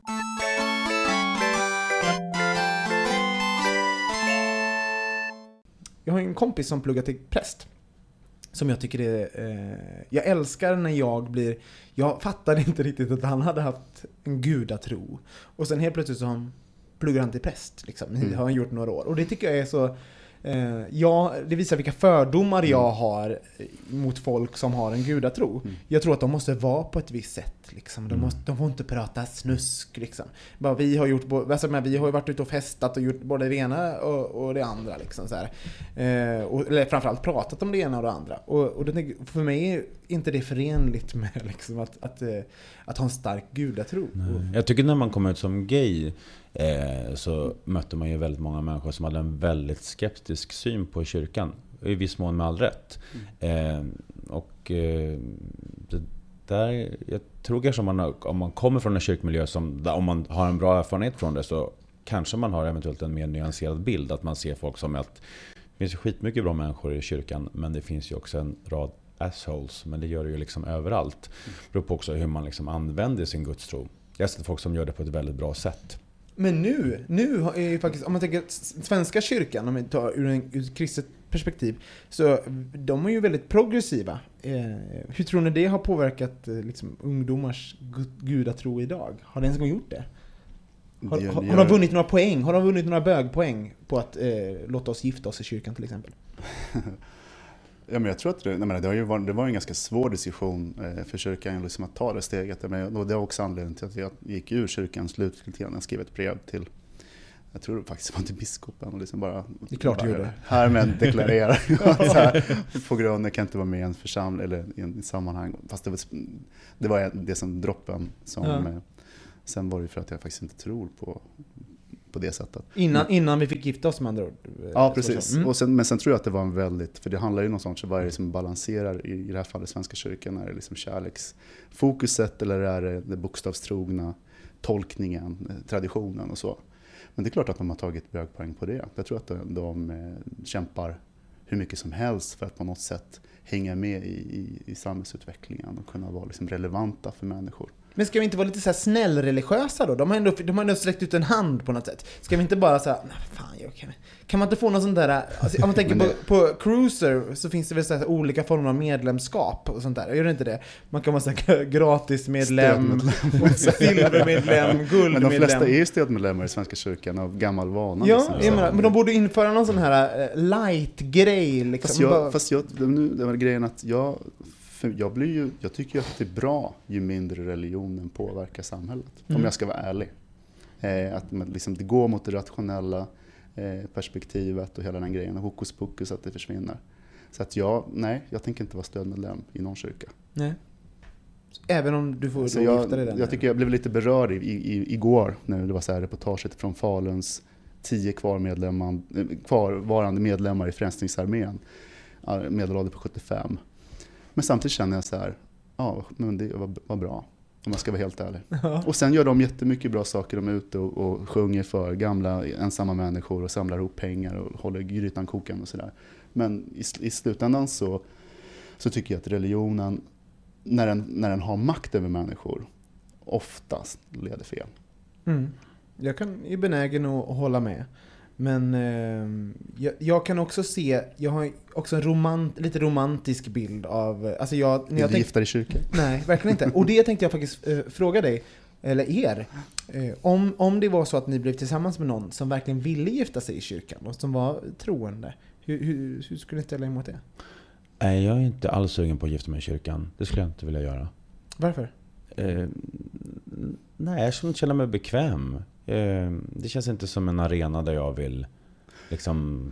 Jag har en kompis som pluggar till präst. Som jag tycker är... Eh, jag älskar när jag blir... Jag fattade inte riktigt att han hade haft en gudatro. Och sen helt plötsligt så han, pluggar han till präst. Liksom. Det har han gjort några år. Och det tycker jag är så... Eh, ja, det visar vilka fördomar jag har mot folk som har en gudatro. Mm. Jag tror att de måste vara på ett visst sätt. Liksom. De, måste, de får inte prata snusk. Liksom. Bara, vi, har gjort, alltså, vi har ju varit ute och festat och gjort både det ena och, och det andra. Liksom, så här. Eh, och, eller framförallt pratat om det ena och det andra. Och, och det, för mig är inte det förenligt med liksom, att, att, att, att ha en stark gudatro. Nej. Jag tycker när man kom ut som gay eh, så mötte man ju väldigt många människor som hade en väldigt skeptisk syn på kyrkan. I viss mån med all rätt. Mm. Eh, och eh, det där, jag tror kanske om man, om man kommer från en kyrkmiljö som, om man har en bra erfarenhet från det, så kanske man har eventuellt en mer nyanserad bild. Att man ser folk som att det finns skitmycket bra människor i kyrkan, men det finns ju också en rad assholes, men det gör det ju liksom överallt. Det beror på också hur man liksom använder sin gudstro. Jag har sett folk som gör det på ett väldigt bra sätt. Men nu, nu är ju faktiskt, om man tänker svenska kyrkan, om man tar ur, en, ur ett kristet perspektiv, så de är ju väldigt progressiva. Eh, hur tror ni det har påverkat eh, liksom, ungdomars gudatro idag? Har det ens gång gjort det? Har, det, har, har de vunnit några poäng? Har de vunnit några bögpoäng på att eh, låta oss gifta oss i kyrkan till exempel? Ja, men jag tror att det, nej, men det, har ju varit, det var en ganska svår diskussion eh, för kyrkan liksom, att ta det steget. Men, och det var också anledningen till att jag gick ur kyrkan slutligen. Jag skrev ett brev till, jag tror det faktiskt var till biskopen. Och liksom bara, det är klart bara, du gjorde. Härmed deklarerar att här, på grund av kan inte vara med i en församling eller i en sammanhang. Fast det var det, var det som droppen som... Ja. Eh, sen var det för att jag faktiskt inte tror på... på det sättet. Innan, innan vi fick gifta oss med andra ord. Ja, precis. Mm. Och sen, men sen tror jag att det var en väldigt, för det handlar ju någonstans så vad är det som balanserar i, i det här fallet Svenska kyrkan, är det liksom kärleksfokuset eller är det den bokstavstrogna tolkningen, traditionen och så. Men det är klart att de har tagit bögpoäng på det. Jag tror att de, de kämpar hur mycket som helst för att på något sätt hänga med i, i, i samhällsutvecklingen och kunna vara liksom relevanta för människor. Men ska vi inte vara lite så här snällreligiösa då? De har ändå, de har ändå sträckt ut en hand på något sätt. Ska vi inte bara säga, nej fan, jag kan, kan man inte få någon sån där... Alltså, om man tänker det... på, på Cruiser så finns det väl så här olika former av medlemskap och sånt där. Gör det inte det? Man kan vara så här gratis medlem, silvermedlem, guldmedlem. Men de flesta är ju stödmedlemmar i Svenska kyrkan av gammal vana. Ja, liksom. jag menar, men de borde införa någon sån här light-grej. Liksom. Fast, jag, fast jag, nu, det var grejen att jag... Jag, blir ju, jag tycker att det är bra ju mindre religionen påverkar samhället. Mm. Om jag ska vara ärlig. Eh, att man liksom, det går mot det rationella eh, perspektivet och hela den grejen. Hokus pokus att det försvinner. Så att jag, nej, jag tänker inte vara stödmedlem i någon kyrka. Nej. Även om du får så då jag, gifta dig den? Jag tycker jag blev lite berörd i, i, igår när det var så här reportaget från Faluns tio kvarmedlemmar, kvarvarande medlemmar i Frälsningsarmén. Medelålder på sjuttiofem. Men samtidigt känner jag så här, ja, men det var, var bra, om man ska vara helt ärlig. Ja. Och sen gör de jättemycket bra saker. De är ute och, och sjunger för gamla, ensamma människor och samlar ihop pengar och håller grytan kokande och sådär. Men i, i slutändan så, så tycker jag att religionen, när den, när den har makt över människor, oftast leder fel. Mm. Jag kan ju benägen att hålla med. Men eh, jag, jag kan också se, jag har också en romant, lite romantisk bild av, alltså jag... Vill du gifta dig i kyrkan? Nej, verkligen inte. Och det tänkte jag faktiskt eh, fråga dig, eller er, eh, om, om det var så att ni blev tillsammans med någon som verkligen ville gifta sig i kyrkan och som var troende, hur, hur, hur skulle ni ställa emot det? Nej, jag är inte alls sugen på att gifta mig i kyrkan. Det skulle jag inte vilja göra. Varför? Eh, nej, jag skulle inte känna mig bekväm. Det känns inte som en arena där jag vill liksom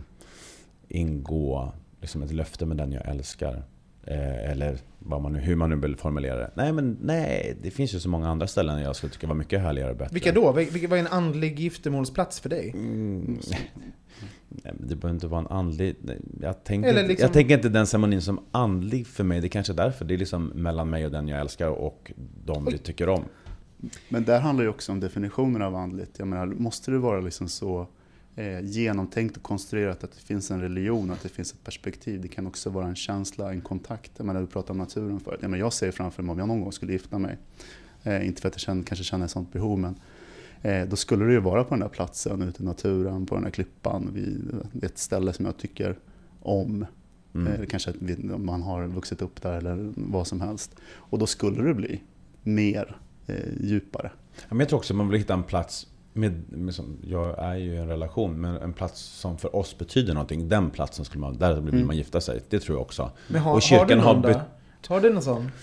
ingå liksom ett löfte med den jag älskar. Eller vad man nu, hur man nu vill formulera det. Nej, men nej, det finns ju så många andra ställen jag skulle tycka var mycket härligare och bättre. Vilka då? Vilka var en andlig giftermålsplats för dig? Mm. Nej, det behöver inte vara en andlig... Jag tänker, liksom... jag tänker inte den ceremonin som andlig för mig. Det är kanske därför. Det är liksom mellan mig och den jag älskar och de vi tycker om. Men där handlar det också om definitionen av andligt. Jag menar, måste det vara liksom så eh, genomtänkt och konstruerat att det finns en religion, att det finns ett perspektiv. Det kan också vara en känsla, en kontakt. Jag menar, du pratar om naturen förut. Jag, menar, jag ser framför mig om jag någon gång skulle gifta mig. Eh, inte för att jag känner, kanske känner ett sånt behov, men eh, då skulle det ju vara på den där platsen, ute i naturen, på den där klippan, vid ett ställe som jag tycker om. Mm. Eh, kanske att man har vuxit upp där eller vad som helst. Och då skulle det bli mer Eh, djupare. Men jag tror också att man vill hitta en plats med, med som, jag är ju i en relation, men en plats som för oss betyder någonting, den platsen skulle man, där vill man mm. gifta sig, det tror jag också. Men har, och kyrkan har du någon har, be- har du någon sån?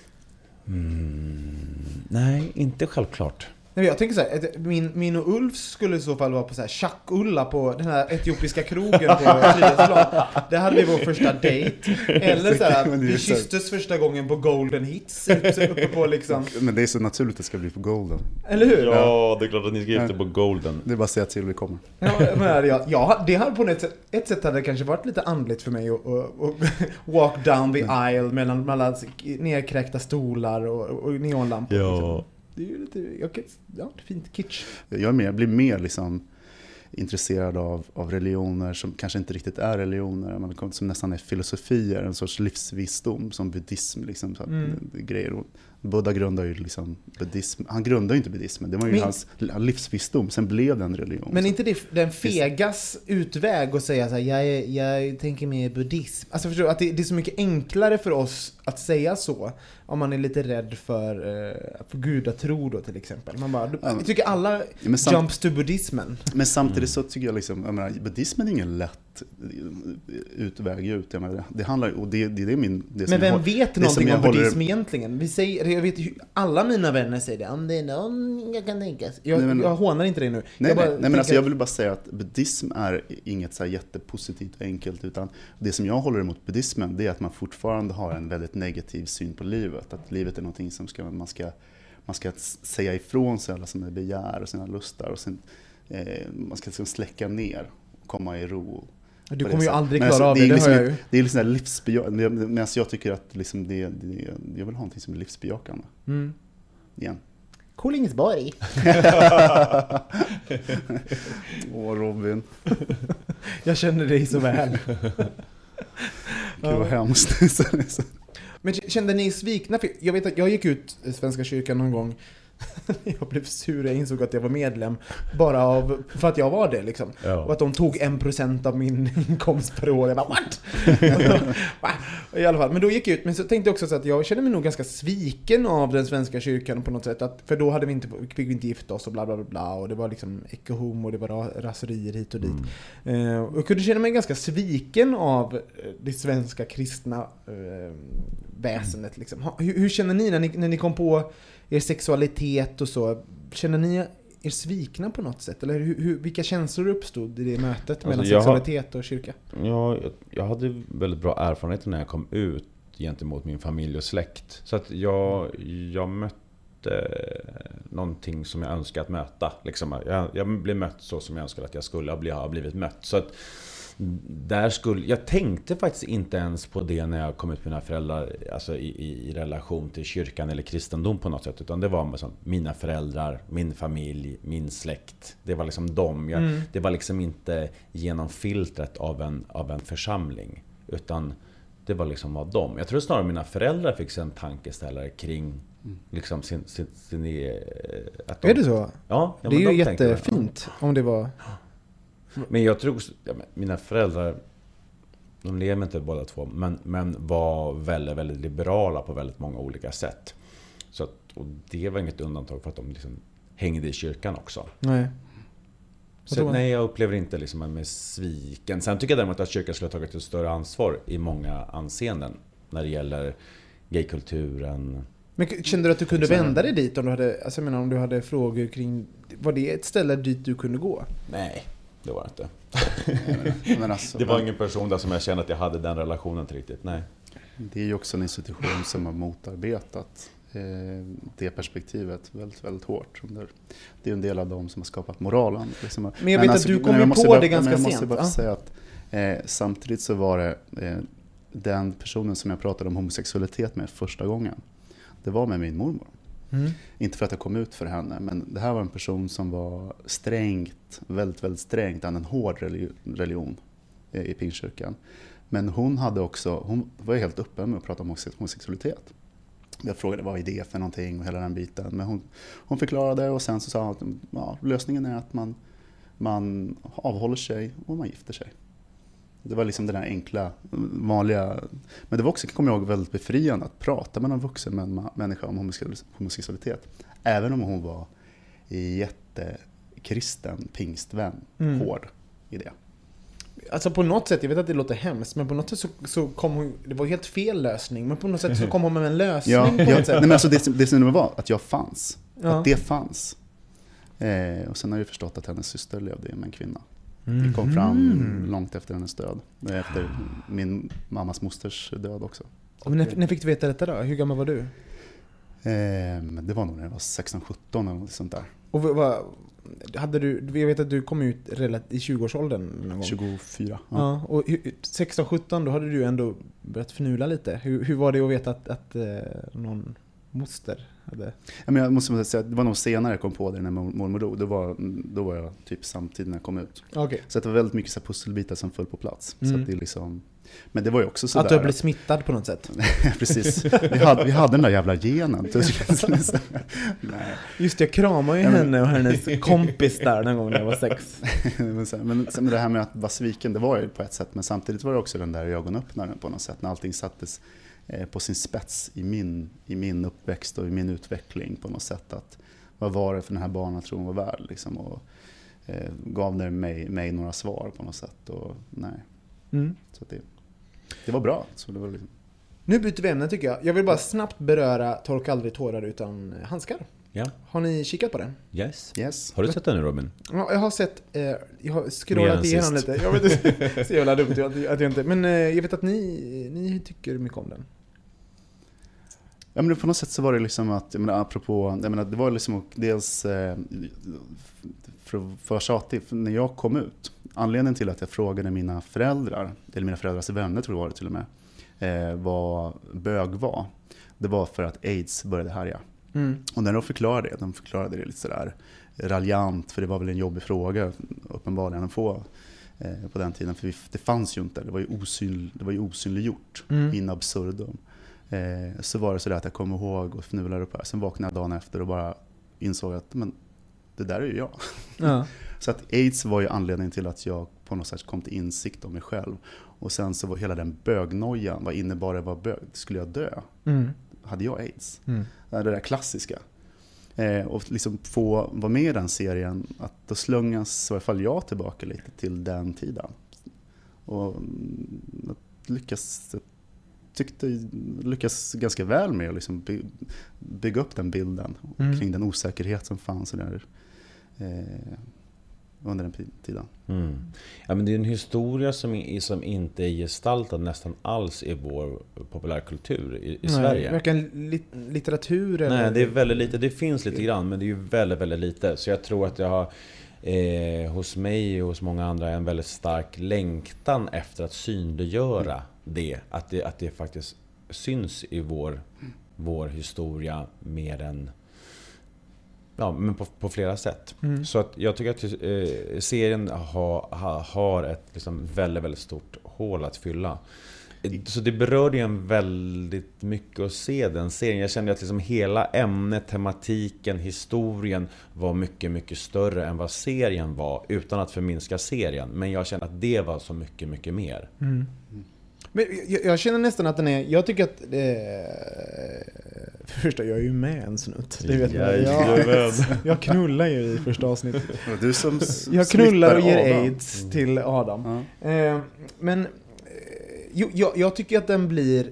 Mm, nej, inte självklart. Nej, jag tänker så här, min, min och Ulf skulle i så fall vara på så här tjackulla på den här etiopiska krogen på Fridhemsplan. Det hade vi vår första dejt. Eller så här, vi kysstes första gången på Golden Hits uppe på liksom. Men det är så naturligt att det ska bli på Golden. Eller hur? Ja, det är klart att ni ska gifta på Golden. Det är bara att säga till vi kommer. Ja, men jag, ja, det hade på ett sätt, ett sätt hade det kanske varit lite andligt för mig att walk down the aisle mellan, mellan nerkräkta stolar och, och neonlampor. Ja. Liksom. Det är ju lite, okay, ja, fint kitsch. Jag är mer, blir mer liksom intresserad av, av religioner som kanske inte riktigt är religioner, som nästan är filosofier, en sorts livsvisdom som buddhism liksom, så mm. grejer. Buddha grundar ju liksom buddhism. Han grundar ju inte buddhismen, det var ju men, hans livsvisdom, sen blev det en religion. Men inte det den fegas utväg att säga så här, jag, jag tänker mer buddhism. Alltså förstår du, att det, det är så mycket enklare för oss att säga så om man är lite rädd för, för gudatro då till exempel. Man bara, jag tycker alla ja, samt, jumps to buddhismen. Men samtidigt mm. så tycker jag liksom, jag menar, buddhismen är ingen lätt utväg ut. Jag menar, det handlar, och det, det, det är min... Det men vem jag, vet någonting om buddhism håller... egentligen? Vi säger, jag vet, alla mina vänner säger det. Om det är någon jag kan tänka. Jag, nej, men, jag hånar inte det nu. Nej, jag, bara nej, nej men alltså, jag vill bara säga att buddhism är inget så här jättepositivt och enkelt, utan det som jag håller emot buddhismen, det är att man fortfarande har en väldigt negativ syn på livet. Att livet är någonting som ska, man ska man ska säga ifrån sig alla sina begär och sina lustar och sen, eh, man ska liksom släcka ner och komma i ro. Du kommer ju aldrig klara alltså, av det, det, det liksom, hör jag ju. Det är liksom en livsbejakande, men alltså jag tycker att liksom det, det, jag vill ha någonting som är livsbejakande. Mm. Igen. Kolingsborg. Åh, Robin. Jag känner dig så väl. Det var hemskt. Men kände ni svikna? För jag vet att jag gick ut i Svenska kyrkan någon gång. Jag blev sur, jag insåg att jag var medlem bara av, för att jag var det liksom. Ja. Och att de tog en procent av min inkomst per år. Jag bara, what? I alla fall, men då gick jag ut. Men så tänkte jag också så att jag kände mig nog ganska sviken av den Svenska kyrkan på något sätt. Att, för då hade vi inte, fick vi inte gifta oss och bla bla bla. Och det var liksom ekohom och det var raserier hit och dit. Mm. Uh, och jag kunde känna mig ganska sviken av det svenska kristna uh, väsendet liksom. Hur, hur känner ni när, ni när ni kom på er sexualitet och så? Känner ni er svikna på något sätt? Eller hur, hur, vilka känslor uppstod i det mötet alltså mellan sexualitet och kyrka? Ja, jag hade väldigt bra erfarenheter när jag kom ut gentemot min familj och släkt. Så att jag, jag mötte någonting som jag önskade att möta. Liksom. Jag, jag blev mött så som jag önskade att jag skulle ha blivit mött. Så att där skulle, jag tänkte faktiskt inte ens på det när jag kom ut med mina föräldrar, alltså i, i, i relation till kyrkan eller kristendom på något sätt, utan det var liksom mina föräldrar, min familj, min släkt. Det var liksom dem. Jag, mm. Det var liksom inte genom filtret av en, av en församling, utan det var liksom av dem. Jag tror snarare mina föräldrar fick sig en tankeställare kring mm. liksom sin, sin, sin, sin att de, är det så? Ja, ja det är de ju jättefint om det var. Men jag tror, ja, mina föräldrar, de lever inte båda två, men, men var väldigt, väldigt liberala på väldigt många olika sätt. Så att, och det var inget undantag för att de liksom hängde i kyrkan också. Nej. Så nej, jag upplever inte liksom en med sviken. Sen tycker jag däremot att kyrkan skulle ha tagit ett större ansvar i många anseenden när det gäller gaykulturen. Men kände du att du kunde vända dig dit om du hade, alltså jag menar, om du hade frågor kring, var det ett ställe dit du kunde gå? Nej. Det var inte. Men alltså, det var ingen person där som jag kände att jag hade den relationen till riktigt. Nej. Det är ju också en institution som har motarbetat eh, det perspektivet väldigt, väldigt hårt. Det är en del av dem som har skapat moralen. Liksom. Men jag vet men alltså, att du kom ju på bara, det ganska jag sent. Jag måste bara ja. säga att eh, samtidigt så var det eh, den personen som jag pratade om homosexualitet med första gången. Det var med min mormor. Mm. Inte för att jag kom ut för henne, men det här var en person som var strängt, väldigt, väldigt strängt, en hård religion i Pingstkyrkan. Men hon hade också, hon var helt öppen med att prata om homosexualitet. Jag frågade vad är det för någonting och hela den biten, men hon, hon förklarade och sen så sa hon att ja, lösningen är att man, man avhåller sig och man gifter sig. Det var liksom den här enkla, vanliga... Men det var också, kommer jag ihåg, väldigt befriande att prata med en vuxen människa om homosexualitet. Även om hon var jätte kristen pingstvän, Mm. hård i det. Alltså på något sätt, jag vet att det låter hemskt, men på något sätt så, så kom hon, det var helt fel lösning, men på något sätt så kom hon med en lösning Ja, på ja, något nej, sätt. men alltså det, det som det var, att jag fanns. Ja. Att det fanns. Eh, och sen har jag förstått att hennes syster levde med en kvinna. Det kom fram Mm. långt efter hennes död. Efter min mammas mosters död också. Men när, när fick du veta detta då? Hur gammal var du? Eh, det var nog när jag var sexton sjutton eller något sånt där. Och vad, vad, hade du, jag vet att du kom ut relativt i tjugoårsåldern någon gång. tjugofyra. Ja. Ja, och hur- sexton sjutton då hade du ändå börjat förnula lite. Hur, hur var det att veta att, att eh, någon moster hade... Ja, men jag måste säga att det var nog senare jag kom på det när mormor dog. Då var, då var jag typ samtidigt när jag kom ut. Okej. Så att det var väldigt mycket så här pusselbitar som föll på plats. Så Mm. att det är liksom, men det var ju också så Att där. du blev smittad på något sätt. Precis. Vi hade, vi hade den där jävla genen. Nej. Just det, jag kramade ju Ja, men- henne och hennes kompis där någon gång när jag var sex. men, sen, men sen det här med att vara sviken, det var ju på ett sätt. Men samtidigt var det också den där ögonöppnaren på något sätt. När allting sattes eh, på sin spets i min, i min uppväxt och i min utveckling på något sätt. Att, vad var det för den här barnatron var värd? Liksom, och eh, gav det mig, mig några svar på något sätt. Och, nej. Mm. Så att det, det var bra. Så det var liksom, Nu byter vi ämne tycker jag. Jag vill bara snabbt beröra Torka aldrig tårar utan handskar. Ja, Har ni kikat på den? yes. yes. Har du sett den nu, Robin? Ja, jag har sett, eh, jag har Mer scrollat än igenom sist. lite. Jag vet inte, så jävla dumt att jag, att jag inte, men eh, jag vet att ni, ni tycker mycket om den. Ja, men på något sätt så var det liksom att, jag menar, apropå, jag menar, det var liksom dels eh, för, för tjatig, för när jag kom ut, anledningen till att jag frågade mina föräldrar, eller mina föräldrars vänner tror jag var det till och med, eh, vad bög var, det var för att AIDS började härja. Mm. Och när de förklarade det, de förklarade det lite sådär raljant, för det var väl en jobbig fråga uppenbarligen att få eh, på den tiden, för vi, det fanns ju inte, det var ju, osynl, det var ju osynliggjort Mm. in absurdum. Eh, så var det så där att jag kom ihåg och fnulade upp här. Sen vaknade jag dagen efter och bara insåg att men, det där är ju jag. Ja. Så att AIDS var ju anledningen till att jag på något sätt kom till insikt om mig själv. Och sen så var hela den bögnojan, vad innebar det att vara bög? Skulle jag dö? Mm. Hade jag AIDS? Mm. Det där klassiska. Eh, och liksom få vara med i den serien, att då slungas i alla fall jag tillbaka lite till den tiden. Och mm, att lyckas... tyckte lyckas ganska väl med att liksom by, bygga upp den bilden Mm. kring den osäkerhet som fanns där, eh, under den tiden. Mm. Ja, men det är en historia som, är, som inte är gestaltad nästan alls i vår populärkultur i, i Nej, Sverige. Varken lit, litteratur eller... Nej, det är väldigt lite. Det finns lite grann, men det är ju väldigt, väldigt lite. Så jag tror att jag har eh, hos mig och hos många andra en väldigt stark längtan efter att synliggöra mm. det. Att det. Att det faktiskt syns i vår, vår historia mer än... Ja, men på, på flera sätt. Mm. Så att jag tycker att eh, serien ha, ha, har ett liksom väldigt, väldigt stort hål att fylla. Så det berörde ju en väldigt mycket att se den serien. Jag kände att liksom hela ämnet, tematiken, historien var mycket, mycket större än vad serien var, utan att förminska serien. Men jag kände att det var så mycket, mycket mer. Mm. Men jag, jag känner nästan att den är... Jag tycker att... Eh, för första, jag är ju med en snutt. Det vet jag. Jag, jag knullar ju i första avsnittet. Du som jag knullar och ger Adam. AIDS mm. till Adam. Mm. Eh, men... Jo, jag, jag tycker att den blir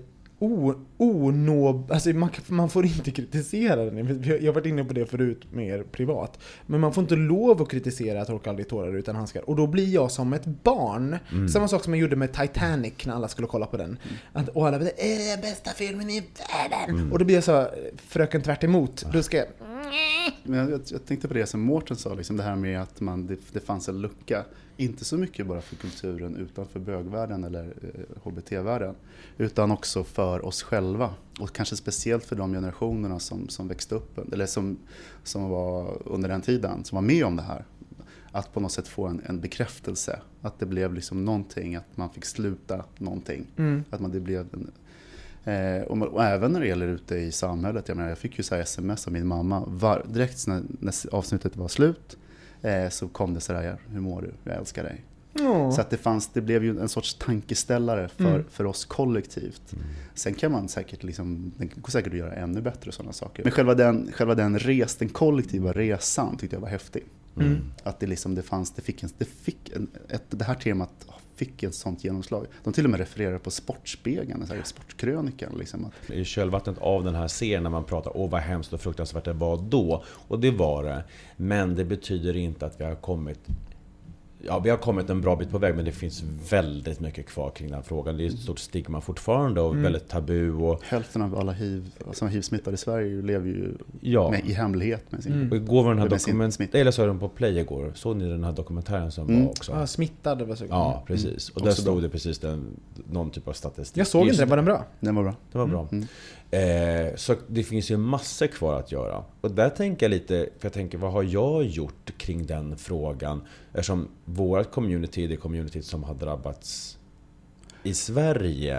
onåb... Alltså man, man får inte kritisera den. Jag har varit inne på det förut mer privat. Men man får inte lov att kritisera Torka aldrig tårar utan handskar. Och då blir jag som ett barn. Mm. Samma sak som jag gjorde med Titanic när alla skulle kolla på den. Mm. Att, och alla bara, är det den bästa filmen i världen? Mm. Och då blir jag så, fröken tvärt emot. Då ska jag... Men jag, jag tänkte på det som Mårten sa, liksom det här med att man, det, det fanns en lucka. Inte så mycket bara för kulturen utanför bögvärlden eller eh, H B T-världen, utan också för oss själva. Och kanske speciellt för de generationerna som, som växte upp, eller som, som var under den tiden, som var med om det här. Att på något sätt få en, en bekräftelse. Att det blev liksom någonting, att man fick sluta någonting. Mm. Att man, det blev en, Eh, och, och även när det gäller ute i samhället, jag menar, jag fick ju så här sms av min mamma var, direkt när, när avsnittet var slut, eh, så kom det så här, hur mår du? Jag älskar dig. Mm. Så att det fanns, det blev ju en sorts tankeställare för, mm. för oss kollektivt. Mm. Sen kan man säkert liksom, den går säkert att göra ännu bättre sådana saker. Men själva den, själva den res, den kollektiva resan tyckte jag var häftig. Mm. Att det liksom, det fanns, det fick, en, det, fick en, ett, det här temat fick ett sånt genomslag. De till och med refererar på Sportspegeln, sportkrönikan. Liksom. I kölvattnet av den här serien när man pratar, åh vad hemskt och fruktansvärt det var då. Och det var det. Men det betyder inte att vi har kommit... Ja, vi har kommit en bra bit på väg, men det finns väldigt mycket kvar kring den frågan. Det är ett stort stigma fortfarande och mm. väldigt tabu. Och... Hälften av alla hiv, som är hiv-smittade i Sverige lever ju ja. med, i hemlighet med sin... Mm. Och igår var den här dokumentären, eller så är den på Play igår. Såg ni den här dokumentären som mm. var också? Ja, smittade var så. Ja, precis. Och där också stod bra. Det precis den, någon typ av statistik. Jag såg inte det, var den bra? Den var bra. Det var bra. Mm. Eh, så det finns ju massor kvar att göra. Och där tänker jag lite, för jag tänker, vad har jag gjort kring den frågan? Eftersom vårt community är det community som har drabbats i Sverige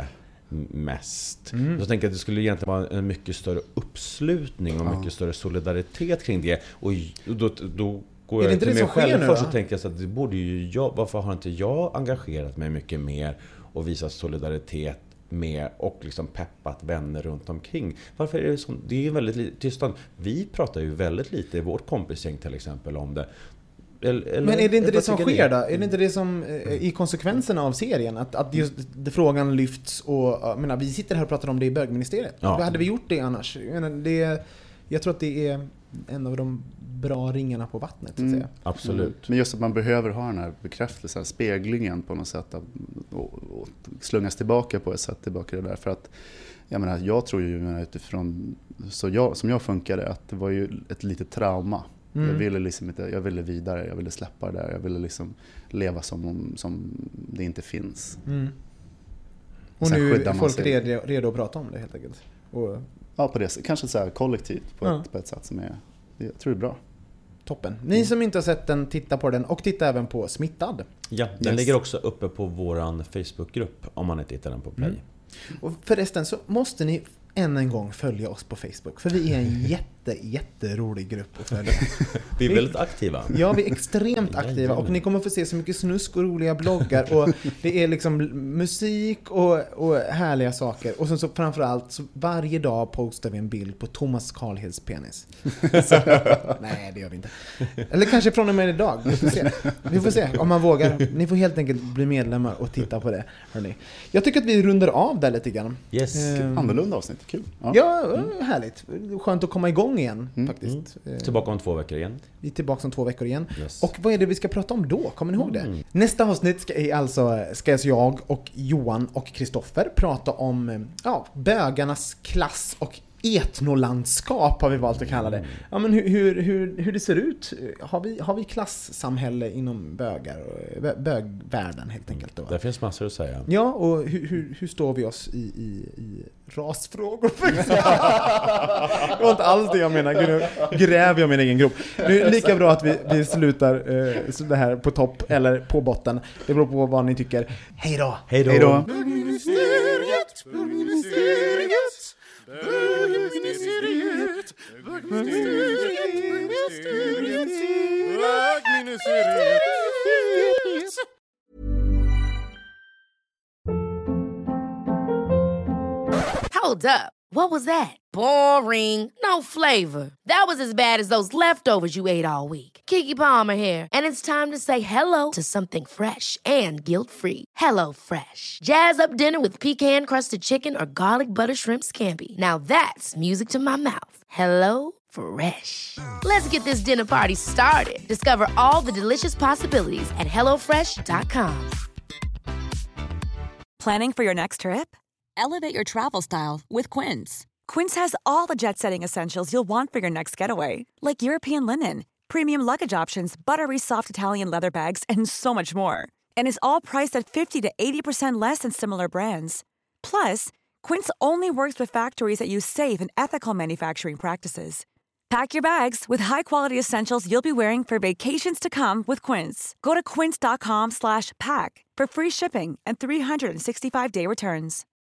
mest. Mm. Så tänker jag att det skulle egentligen vara en mycket större uppslutning och mycket ja. större solidaritet kring det. Och då, då går jag till mig själv först och tänker jag så att det borde ju jag, varför har inte jag engagerat mig mycket mer och visat solidaritet med och liksom peppat vänner runt omkring. Varför är det så? Det är ju väldigt tystnad. Vi pratar ju väldigt lite i vårt kompisgäng till exempel om det. Eller, men är det inte det som sker då? Är det inte det som i konsekvenserna av serien att, att just det, frågan lyfts och jag menar, vi sitter här och pratar om det i bögministeriet. Ja. Hade vi gjort det annars? Jag, menar, det, jag tror att det är en av de bra ringarna på vattnet så att säga. Mm, absolut. Mm. Men just att man behöver ha den här bekräftelsen, speglingen på något sätt och, och slungas tillbaka på ett sätt tillbaka det där. För att jag menar, jag tror ju menar, utifrån så jag, som jag funkade att det var ju ett litet trauma. Mm. Jag ville liksom inte, jag ville vidare, jag ville släppa det där, jag ville liksom leva som, som det inte finns. Mm. Och nu är folk redo, redo att prata om det helt enkelt. Och... Ja, på det kanske så här kollektivt på, ja. ett, på ett sätt som är, jag tror det är bra. Toppen. Ni som inte har sett den, titta på den och titta även på Smittad. Ja, den yes. ligger också uppe på våran Facebookgrupp om man inte hittar den på Play. Mm. Och förresten så måste ni än en gång följa oss på Facebook. För vi är en jätte, jätterolig grupp att följa. Vi är väldigt aktiva. Ja, vi är extremt aktiva. Och ni kommer få se så mycket snusk och roliga bloggar. Och det är liksom musik och, och härliga saker. Och sen så framförallt, så varje dag postar vi en bild på Thomas Carlheds penis. Så, nej, det gör vi inte. Eller kanske från och med idag. Vi får se. Vi får se om man vågar. Ni får helt enkelt bli medlemmar och titta på det. Hörrni. Jag tycker att vi rundar av där lite grann. Yes. Um, Annorlunda avsnitt. Kul. Ja, ja mm. härligt. Skönt att komma igång igen mm. faktiskt. Mm. Tillbaka om två veckor igen. Vi är tillbaka om två veckor igen. Yes. Och vad är det vi ska prata om då? Kommer ni ihåg mm. det? Nästa avsnitt ska, är alltså, ska alltså jag och Johan och Kristoffer prata om ja, bögarnas klass och etnolandskap har vi valt att kalla det. Ja, men hur, hur, hur, hur det ser ut. Har vi, har vi klassamhälle inom bögar och bögvärlden helt enkelt då? Det finns massor att säga. Ja, och hur, hur, hur står vi oss i, i, i rasfrågor? Det var inte alls det jag menar. Nu gräver jag min egen grop. Nu är det lika bra att vi, vi slutar eh, det här på topp eller på botten. Det beror på vad ni tycker. Hej då! Hej då! Hej då! Bögministeriet, bögministeriet, bögministeriet, bögministeriet, bögministeriet. Hold up. What was that? Boring. No flavor. That was as bad as those leftovers you ate all week. Keke Palmer here, and it's time to say hello to something fresh and guilt-free. Hello Fresh. Jazz up dinner with pecan-crusted chicken or garlic butter shrimp scampi. Now that's music to my mouth. Hello Fresh. Let's get this dinner party started. Discover all the delicious possibilities at hello fresh dot com. Planning for your next trip? Elevate your travel style with Quince. Quince has all the jet-setting essentials you'll want for your next getaway, like European linen, premium luggage options, buttery soft Italian leather bags, and so much more. And is all priced at fifty to eighty percent less than similar brands. Plus, Quince only works with factories that use safe and ethical manufacturing practices. Pack your bags with high-quality essentials you'll be wearing for vacations to come with Quince. Go to quince dot com slash pack for free shipping and three sixty-five day returns.